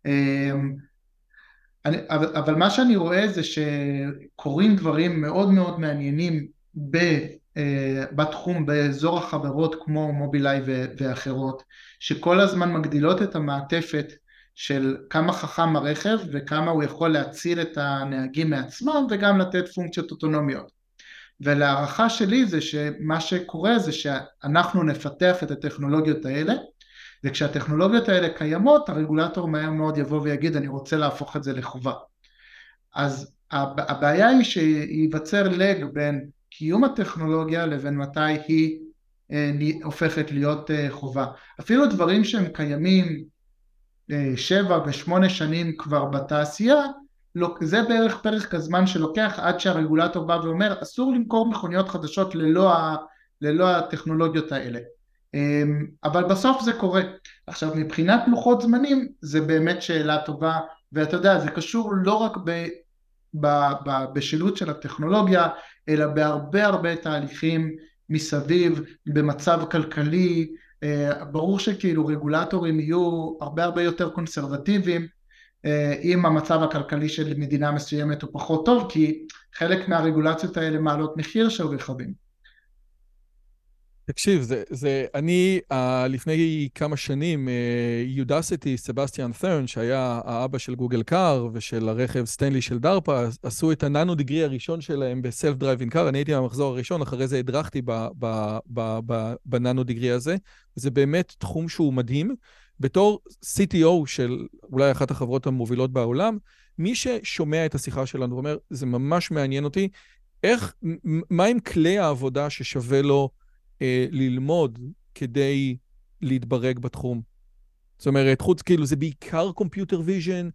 אבל מה שאני רואה זה שקורים דברים מאוד מאוד מעניינים בתחום, באזור החברות כמו מובילאיי ואחרות, שכל הזמן מגדילות את המעטפת של כמה חכם הרכב וכמה הוא יכול להציל את הנהגים מעצמם וגם לתת פונקציות אוטונומיות. ולהערכה שלי זה שמה שקורה זה שאנחנו נפתח את הטכנולוגיות האלה, וכשהטכנולוגיות האלה קיימות, הרגולטור מהר מאוד יבוא ויגיד אני רוצה להפוך את זה לחובה. אז הבעיה היא שיווצר לג בין קיום הטכנולוגיה לבין מתי היא הופכת להיות חובה. אפילו דברים שהם קיימים 7 ו8 שנים כבר בתעשייה, זה בערך פרק הזמן שלוקח עד שהרגולטור בא ואומר אסור למכור מכוניות חדשות ללא הטכנולוגיות האלה. אבל בסוף זה קורה. עכשיו מבחינת לוחות זמנים זה באמת שאלה טובה, ואתה יודע זה קשור לא רק בשילוט של הטכנולוגיה, אלא בהרבה הרבה תהליכים מסביב, במצב כלכלי. ברור שכאילו רגולטורים יהיו הרבה יותר קונסרבטיביים אם המצב הכלכלי של מדינה מסוימת הוא פחות טוב, כי חלק מהרגולציות האלה מעלות מחיר של רכבים. תקשיב, אני לפני כמה שנים, יודסיטי, סבסטיאן ת'רן, שהיה האבא של גוגל קאר ושל הרכב סטנלי של דארפה, עשו את הננו דיגרי הראשון שלהם בסלף דרייבינג קאר, אני הייתי במחזור הראשון, אחרי זה הדרכתי בננו דיגרי הזה, זה באמת תחום שהוא מדהים. בתור CTO של אולי אחת החברות המובילות בעולם, מי ששומע את השיחה שלנו ואומר, זה ממש מעניין אותי, מה עם כלי העבודה ששווה לו ללמוד כדי להתברג בתחום? זאת אומרת, חוץ כאילו זה בעיקר קומפיוטר ויז'ן,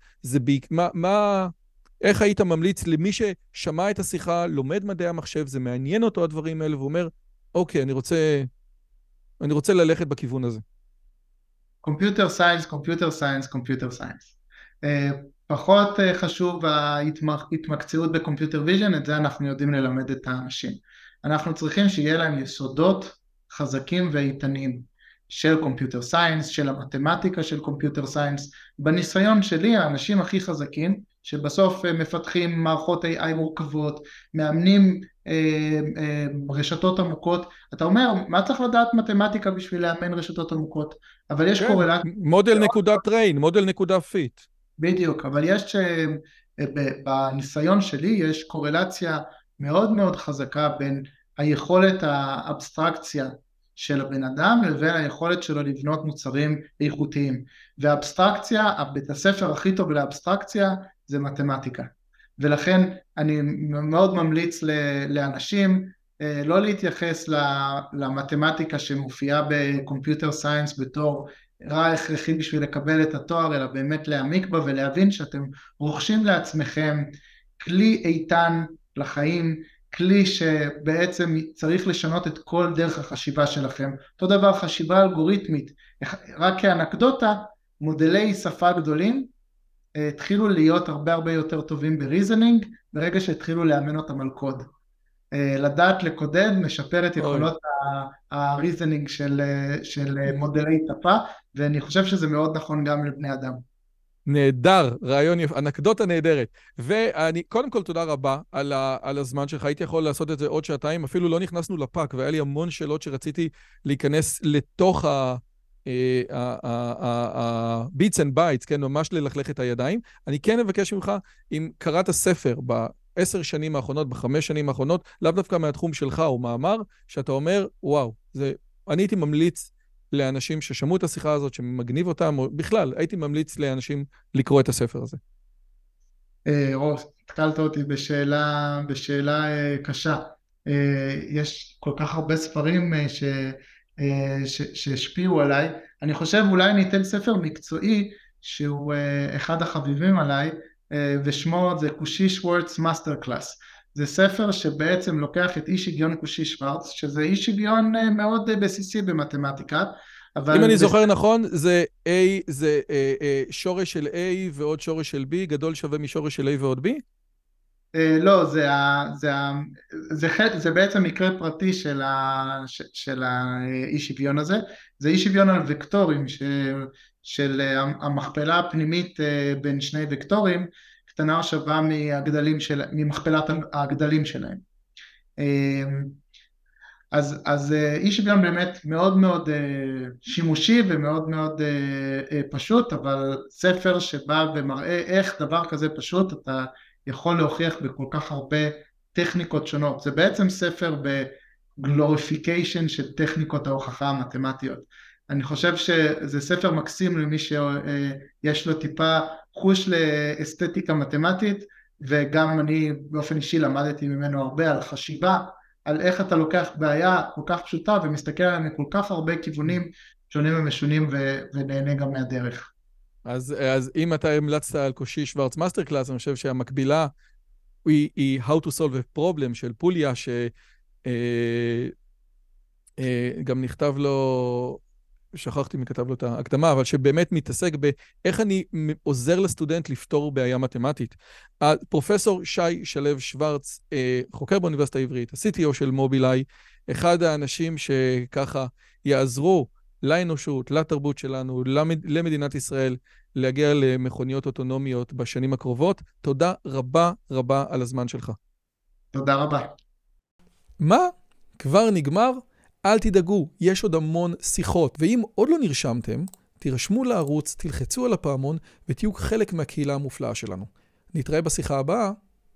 איך היית ממליץ למי ששמע את השיחה, לומד מדעי המחשב, זה מעניין אותו הדברים האלה, והוא אוקיי, אני רוצה ללכת בכיוון הזה. קומפיוטר סיינס, קומפיוטר סיינס, קומפיוטר סיינס. פחות חשוב ההתמקצעות בקומפיוטר ויז'ן, את זה אנחנו יודעים ללמד את האנשים. אנחנו צריכים שיהיה להם יסודות חזקים ואיתנים של קומפיוטר סיינס, של המתמטיקה של קומפיוטר סיינס. בניסיון שלי, האנשים הכי חזקים, שבסוף מפתחים מערכות AI מורכבות, מאמנים רשתות עמוקות, אתה אומר, מה צריך לדעת מתמטיקה בשביל לאמן רשתות עמוקות? אבל יש קורלציה. מודל נקודה טריין, מודל נקודה פיט. בדיוק, אבל יש, בניסיון שלי יש קורלציה מאוד מאוד חזקה בין היכולת האבסטרקציה של הבן אדם לבין היכולת שלו לבנות מוצרים איכותיים. והאבסטרקציה, בית הספר הכי טוב לאבסטרקציה זה מתמטיקה. ולכן אני מאוד ממליץ לאנשים לא להתייחס למתמטיקה שמופיעה בקומפיוטר סיינס בתור רע הכרחי בשביל לקבל את התואר, אלא באמת להעמיק בה ולהבין שאתם רוכשים לעצמכם כלי איתן לחיים, כלי שבעצם צריך לשנות את כל דרך החשיבה שלכם. אותו דבר חשיבה אלגוריתמית, רק כאנקדוטה, מודלי שפה גדולים התחילו להיות הרבה יותר טובים בריזנינג, ברגע שהתחילו לאמן אותם על קוד. לדעת לקודד משפר את יכולות הריזנינג של מודלי שפה, ואני חושב שזה מאוד נכון גם לבני אדם. נהדר, רעיון יפה, אנקדוטה נהדרת. ואני, קודם כל תודה רבה על הזמן שלך, הייתי יכול לעשות את זה עוד שעתיים, אפילו לא נכנסנו לפאק, והיה לי המון שאלות שרציתי להיכנס לתוך ה-beats and bytes, כן, ממש ללכלך את הידיים. אני כן אבקש ממך, אם קראת ספר ב10 שנים האחרונות, ב5 שנים האחרונות, לאו דווקא מהתחום שלך או מאמר, שאתה אומר, וואו, אני הייתי ממליץ לאנשים ששמעו את השיחה הזאת, שמגניב אותם, או בכלל, הייתי ממליץ לאנשים לקרוא את הספר הזה. רוס, התקלת אותי בשאלה קשה. יש כל כך הרבה ספרים שהשפיעו עליי. אני חושב אולי ניתן ספר מקצועי, שהוא אחד החביבים עליי, ושמו זה קושי שוורץ מאסטר קלאס. זה ספר שבעצם לוקח את אי שוויון קושי שוורץ, שזה אי שוויון מאוד בסיסי במתמטיקה. אם אני זוכר נכון, זה A, זה שורש של A ועוד שורש של B, גדול שווה משורש של A ועוד B? לא, זה בעצם מקרה פרטי של האי שוויון הזה. זה אי שוויון על וקטורים, של המכפלה הפנימית בין שני וקטורים, קטנה או שווה ממכפלת הגדלים שלהם. אז אי שוויון באמת מאוד מאוד שימושי ומאוד מאוד פשוט, אבל ספר שבא ומראה איך דבר כזה פשוט אתה יכול להוכיח בכל כך הרבה טכניקות שונות. זה בעצם ספר בגלוריפיקיישן של טכניקות ההוכחה המתמטיות. אני חושב שזה ספר מקסים למי שיש לו טיפה חוש לאסתטיקה מתמטית, וגם אני באופן אישי למדתי ממנו הרבה על חשיבה, על איך אתה לוקח בעיה כל כך פשוטה ומסתכל עליה מכל כך הרבה כיוונים שונים ומשונים ונהנה גם מהדרך. אז אם אתה המלצת על קושי שוורץ מאסטר קלאס, אני חושב שהמקבילה היא How to Solve a Problem של פוליה, שגם נכתב לו, שכחתי מי כתב לו את ההקדמה, אבל שבאמת מתעסק באיך אני עוזר לסטודנט לפתור בעיה מתמטית. הפרופסור שי שלו שוורץ, חוקר באוניברסיטה העברית, ה-CTO של מובילאיי, אחד האנשים שככה יעזרו לאנושות, לתרבות שלנו, למדינת ישראל, להגיע למכוניות אוטונומיות בשנים הקרובות. תודה רבה רבה על הזמן שלך. תודה רבה. מה? כבר נגמר? אל תדאגו, יש עוד המון שיחות, ואם עוד לא נרשמתם, תירשמו לערוץ, תלחצו על הפעמון, ותהיו חלק מהקהילה המופלאה שלנו. נתראה בשיחה הבאה.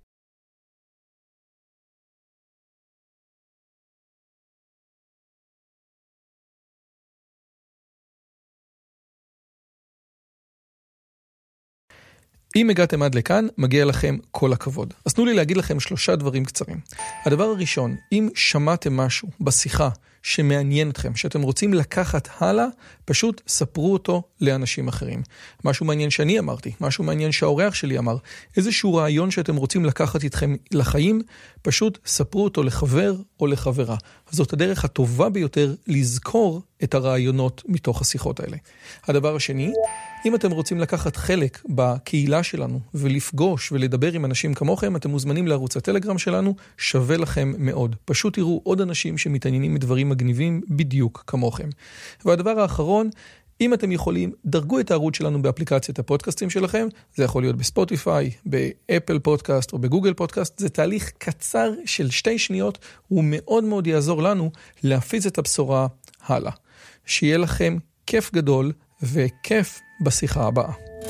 אם הגעתם עד לכאן, מגיע לכם כל הכבוד. אז תנו לי להגיד לכם 3 דברים קצרים. הדבר הראשון, אם שמעתם משהו בשיחה שמעניין אתכם, שאתם רוצים לקחת הלאה, פשוט ספרו אותו לאנשים אחרים. משהו מעניין שאני אמרתי, משהו מעניין שהאורח שלי אמר, איזשהו רעיון שאתם רוצים לקחת איתכם לחיים, פשוט ספרו אותו לחבר או לחברה. זאת הדרך הטובה ביותר לזכור את הרעיונות מתוך השיחות האלה. הדבר השני, אם אתם רוצים לקחת חלק בקהילה שלנו ולפגוש ולדבר עם אנשים כמוכם, אתם מוזמנים לערוץ הטלגרם שלנו, שווה לכם מאוד. פשוט תראו עוד אנשים שמתעניינים מדברים מגניבים בדיוק כמוכם. והדבר האחרון, אם אתם יכולים, דרגו את הערוץ שלנו באפליקציית הפודקאסטים שלכם, זה יכול להיות בספוטיפיי, באפל פודקאסט או בגוגל פודקאסט, זה תהליך קצר של 2 שניות, הוא מאוד מאוד יעזור לנו להפיץ את הבשורה הלאה. שיהיה לכם כיף גדול וכיף בשיחה הבאה.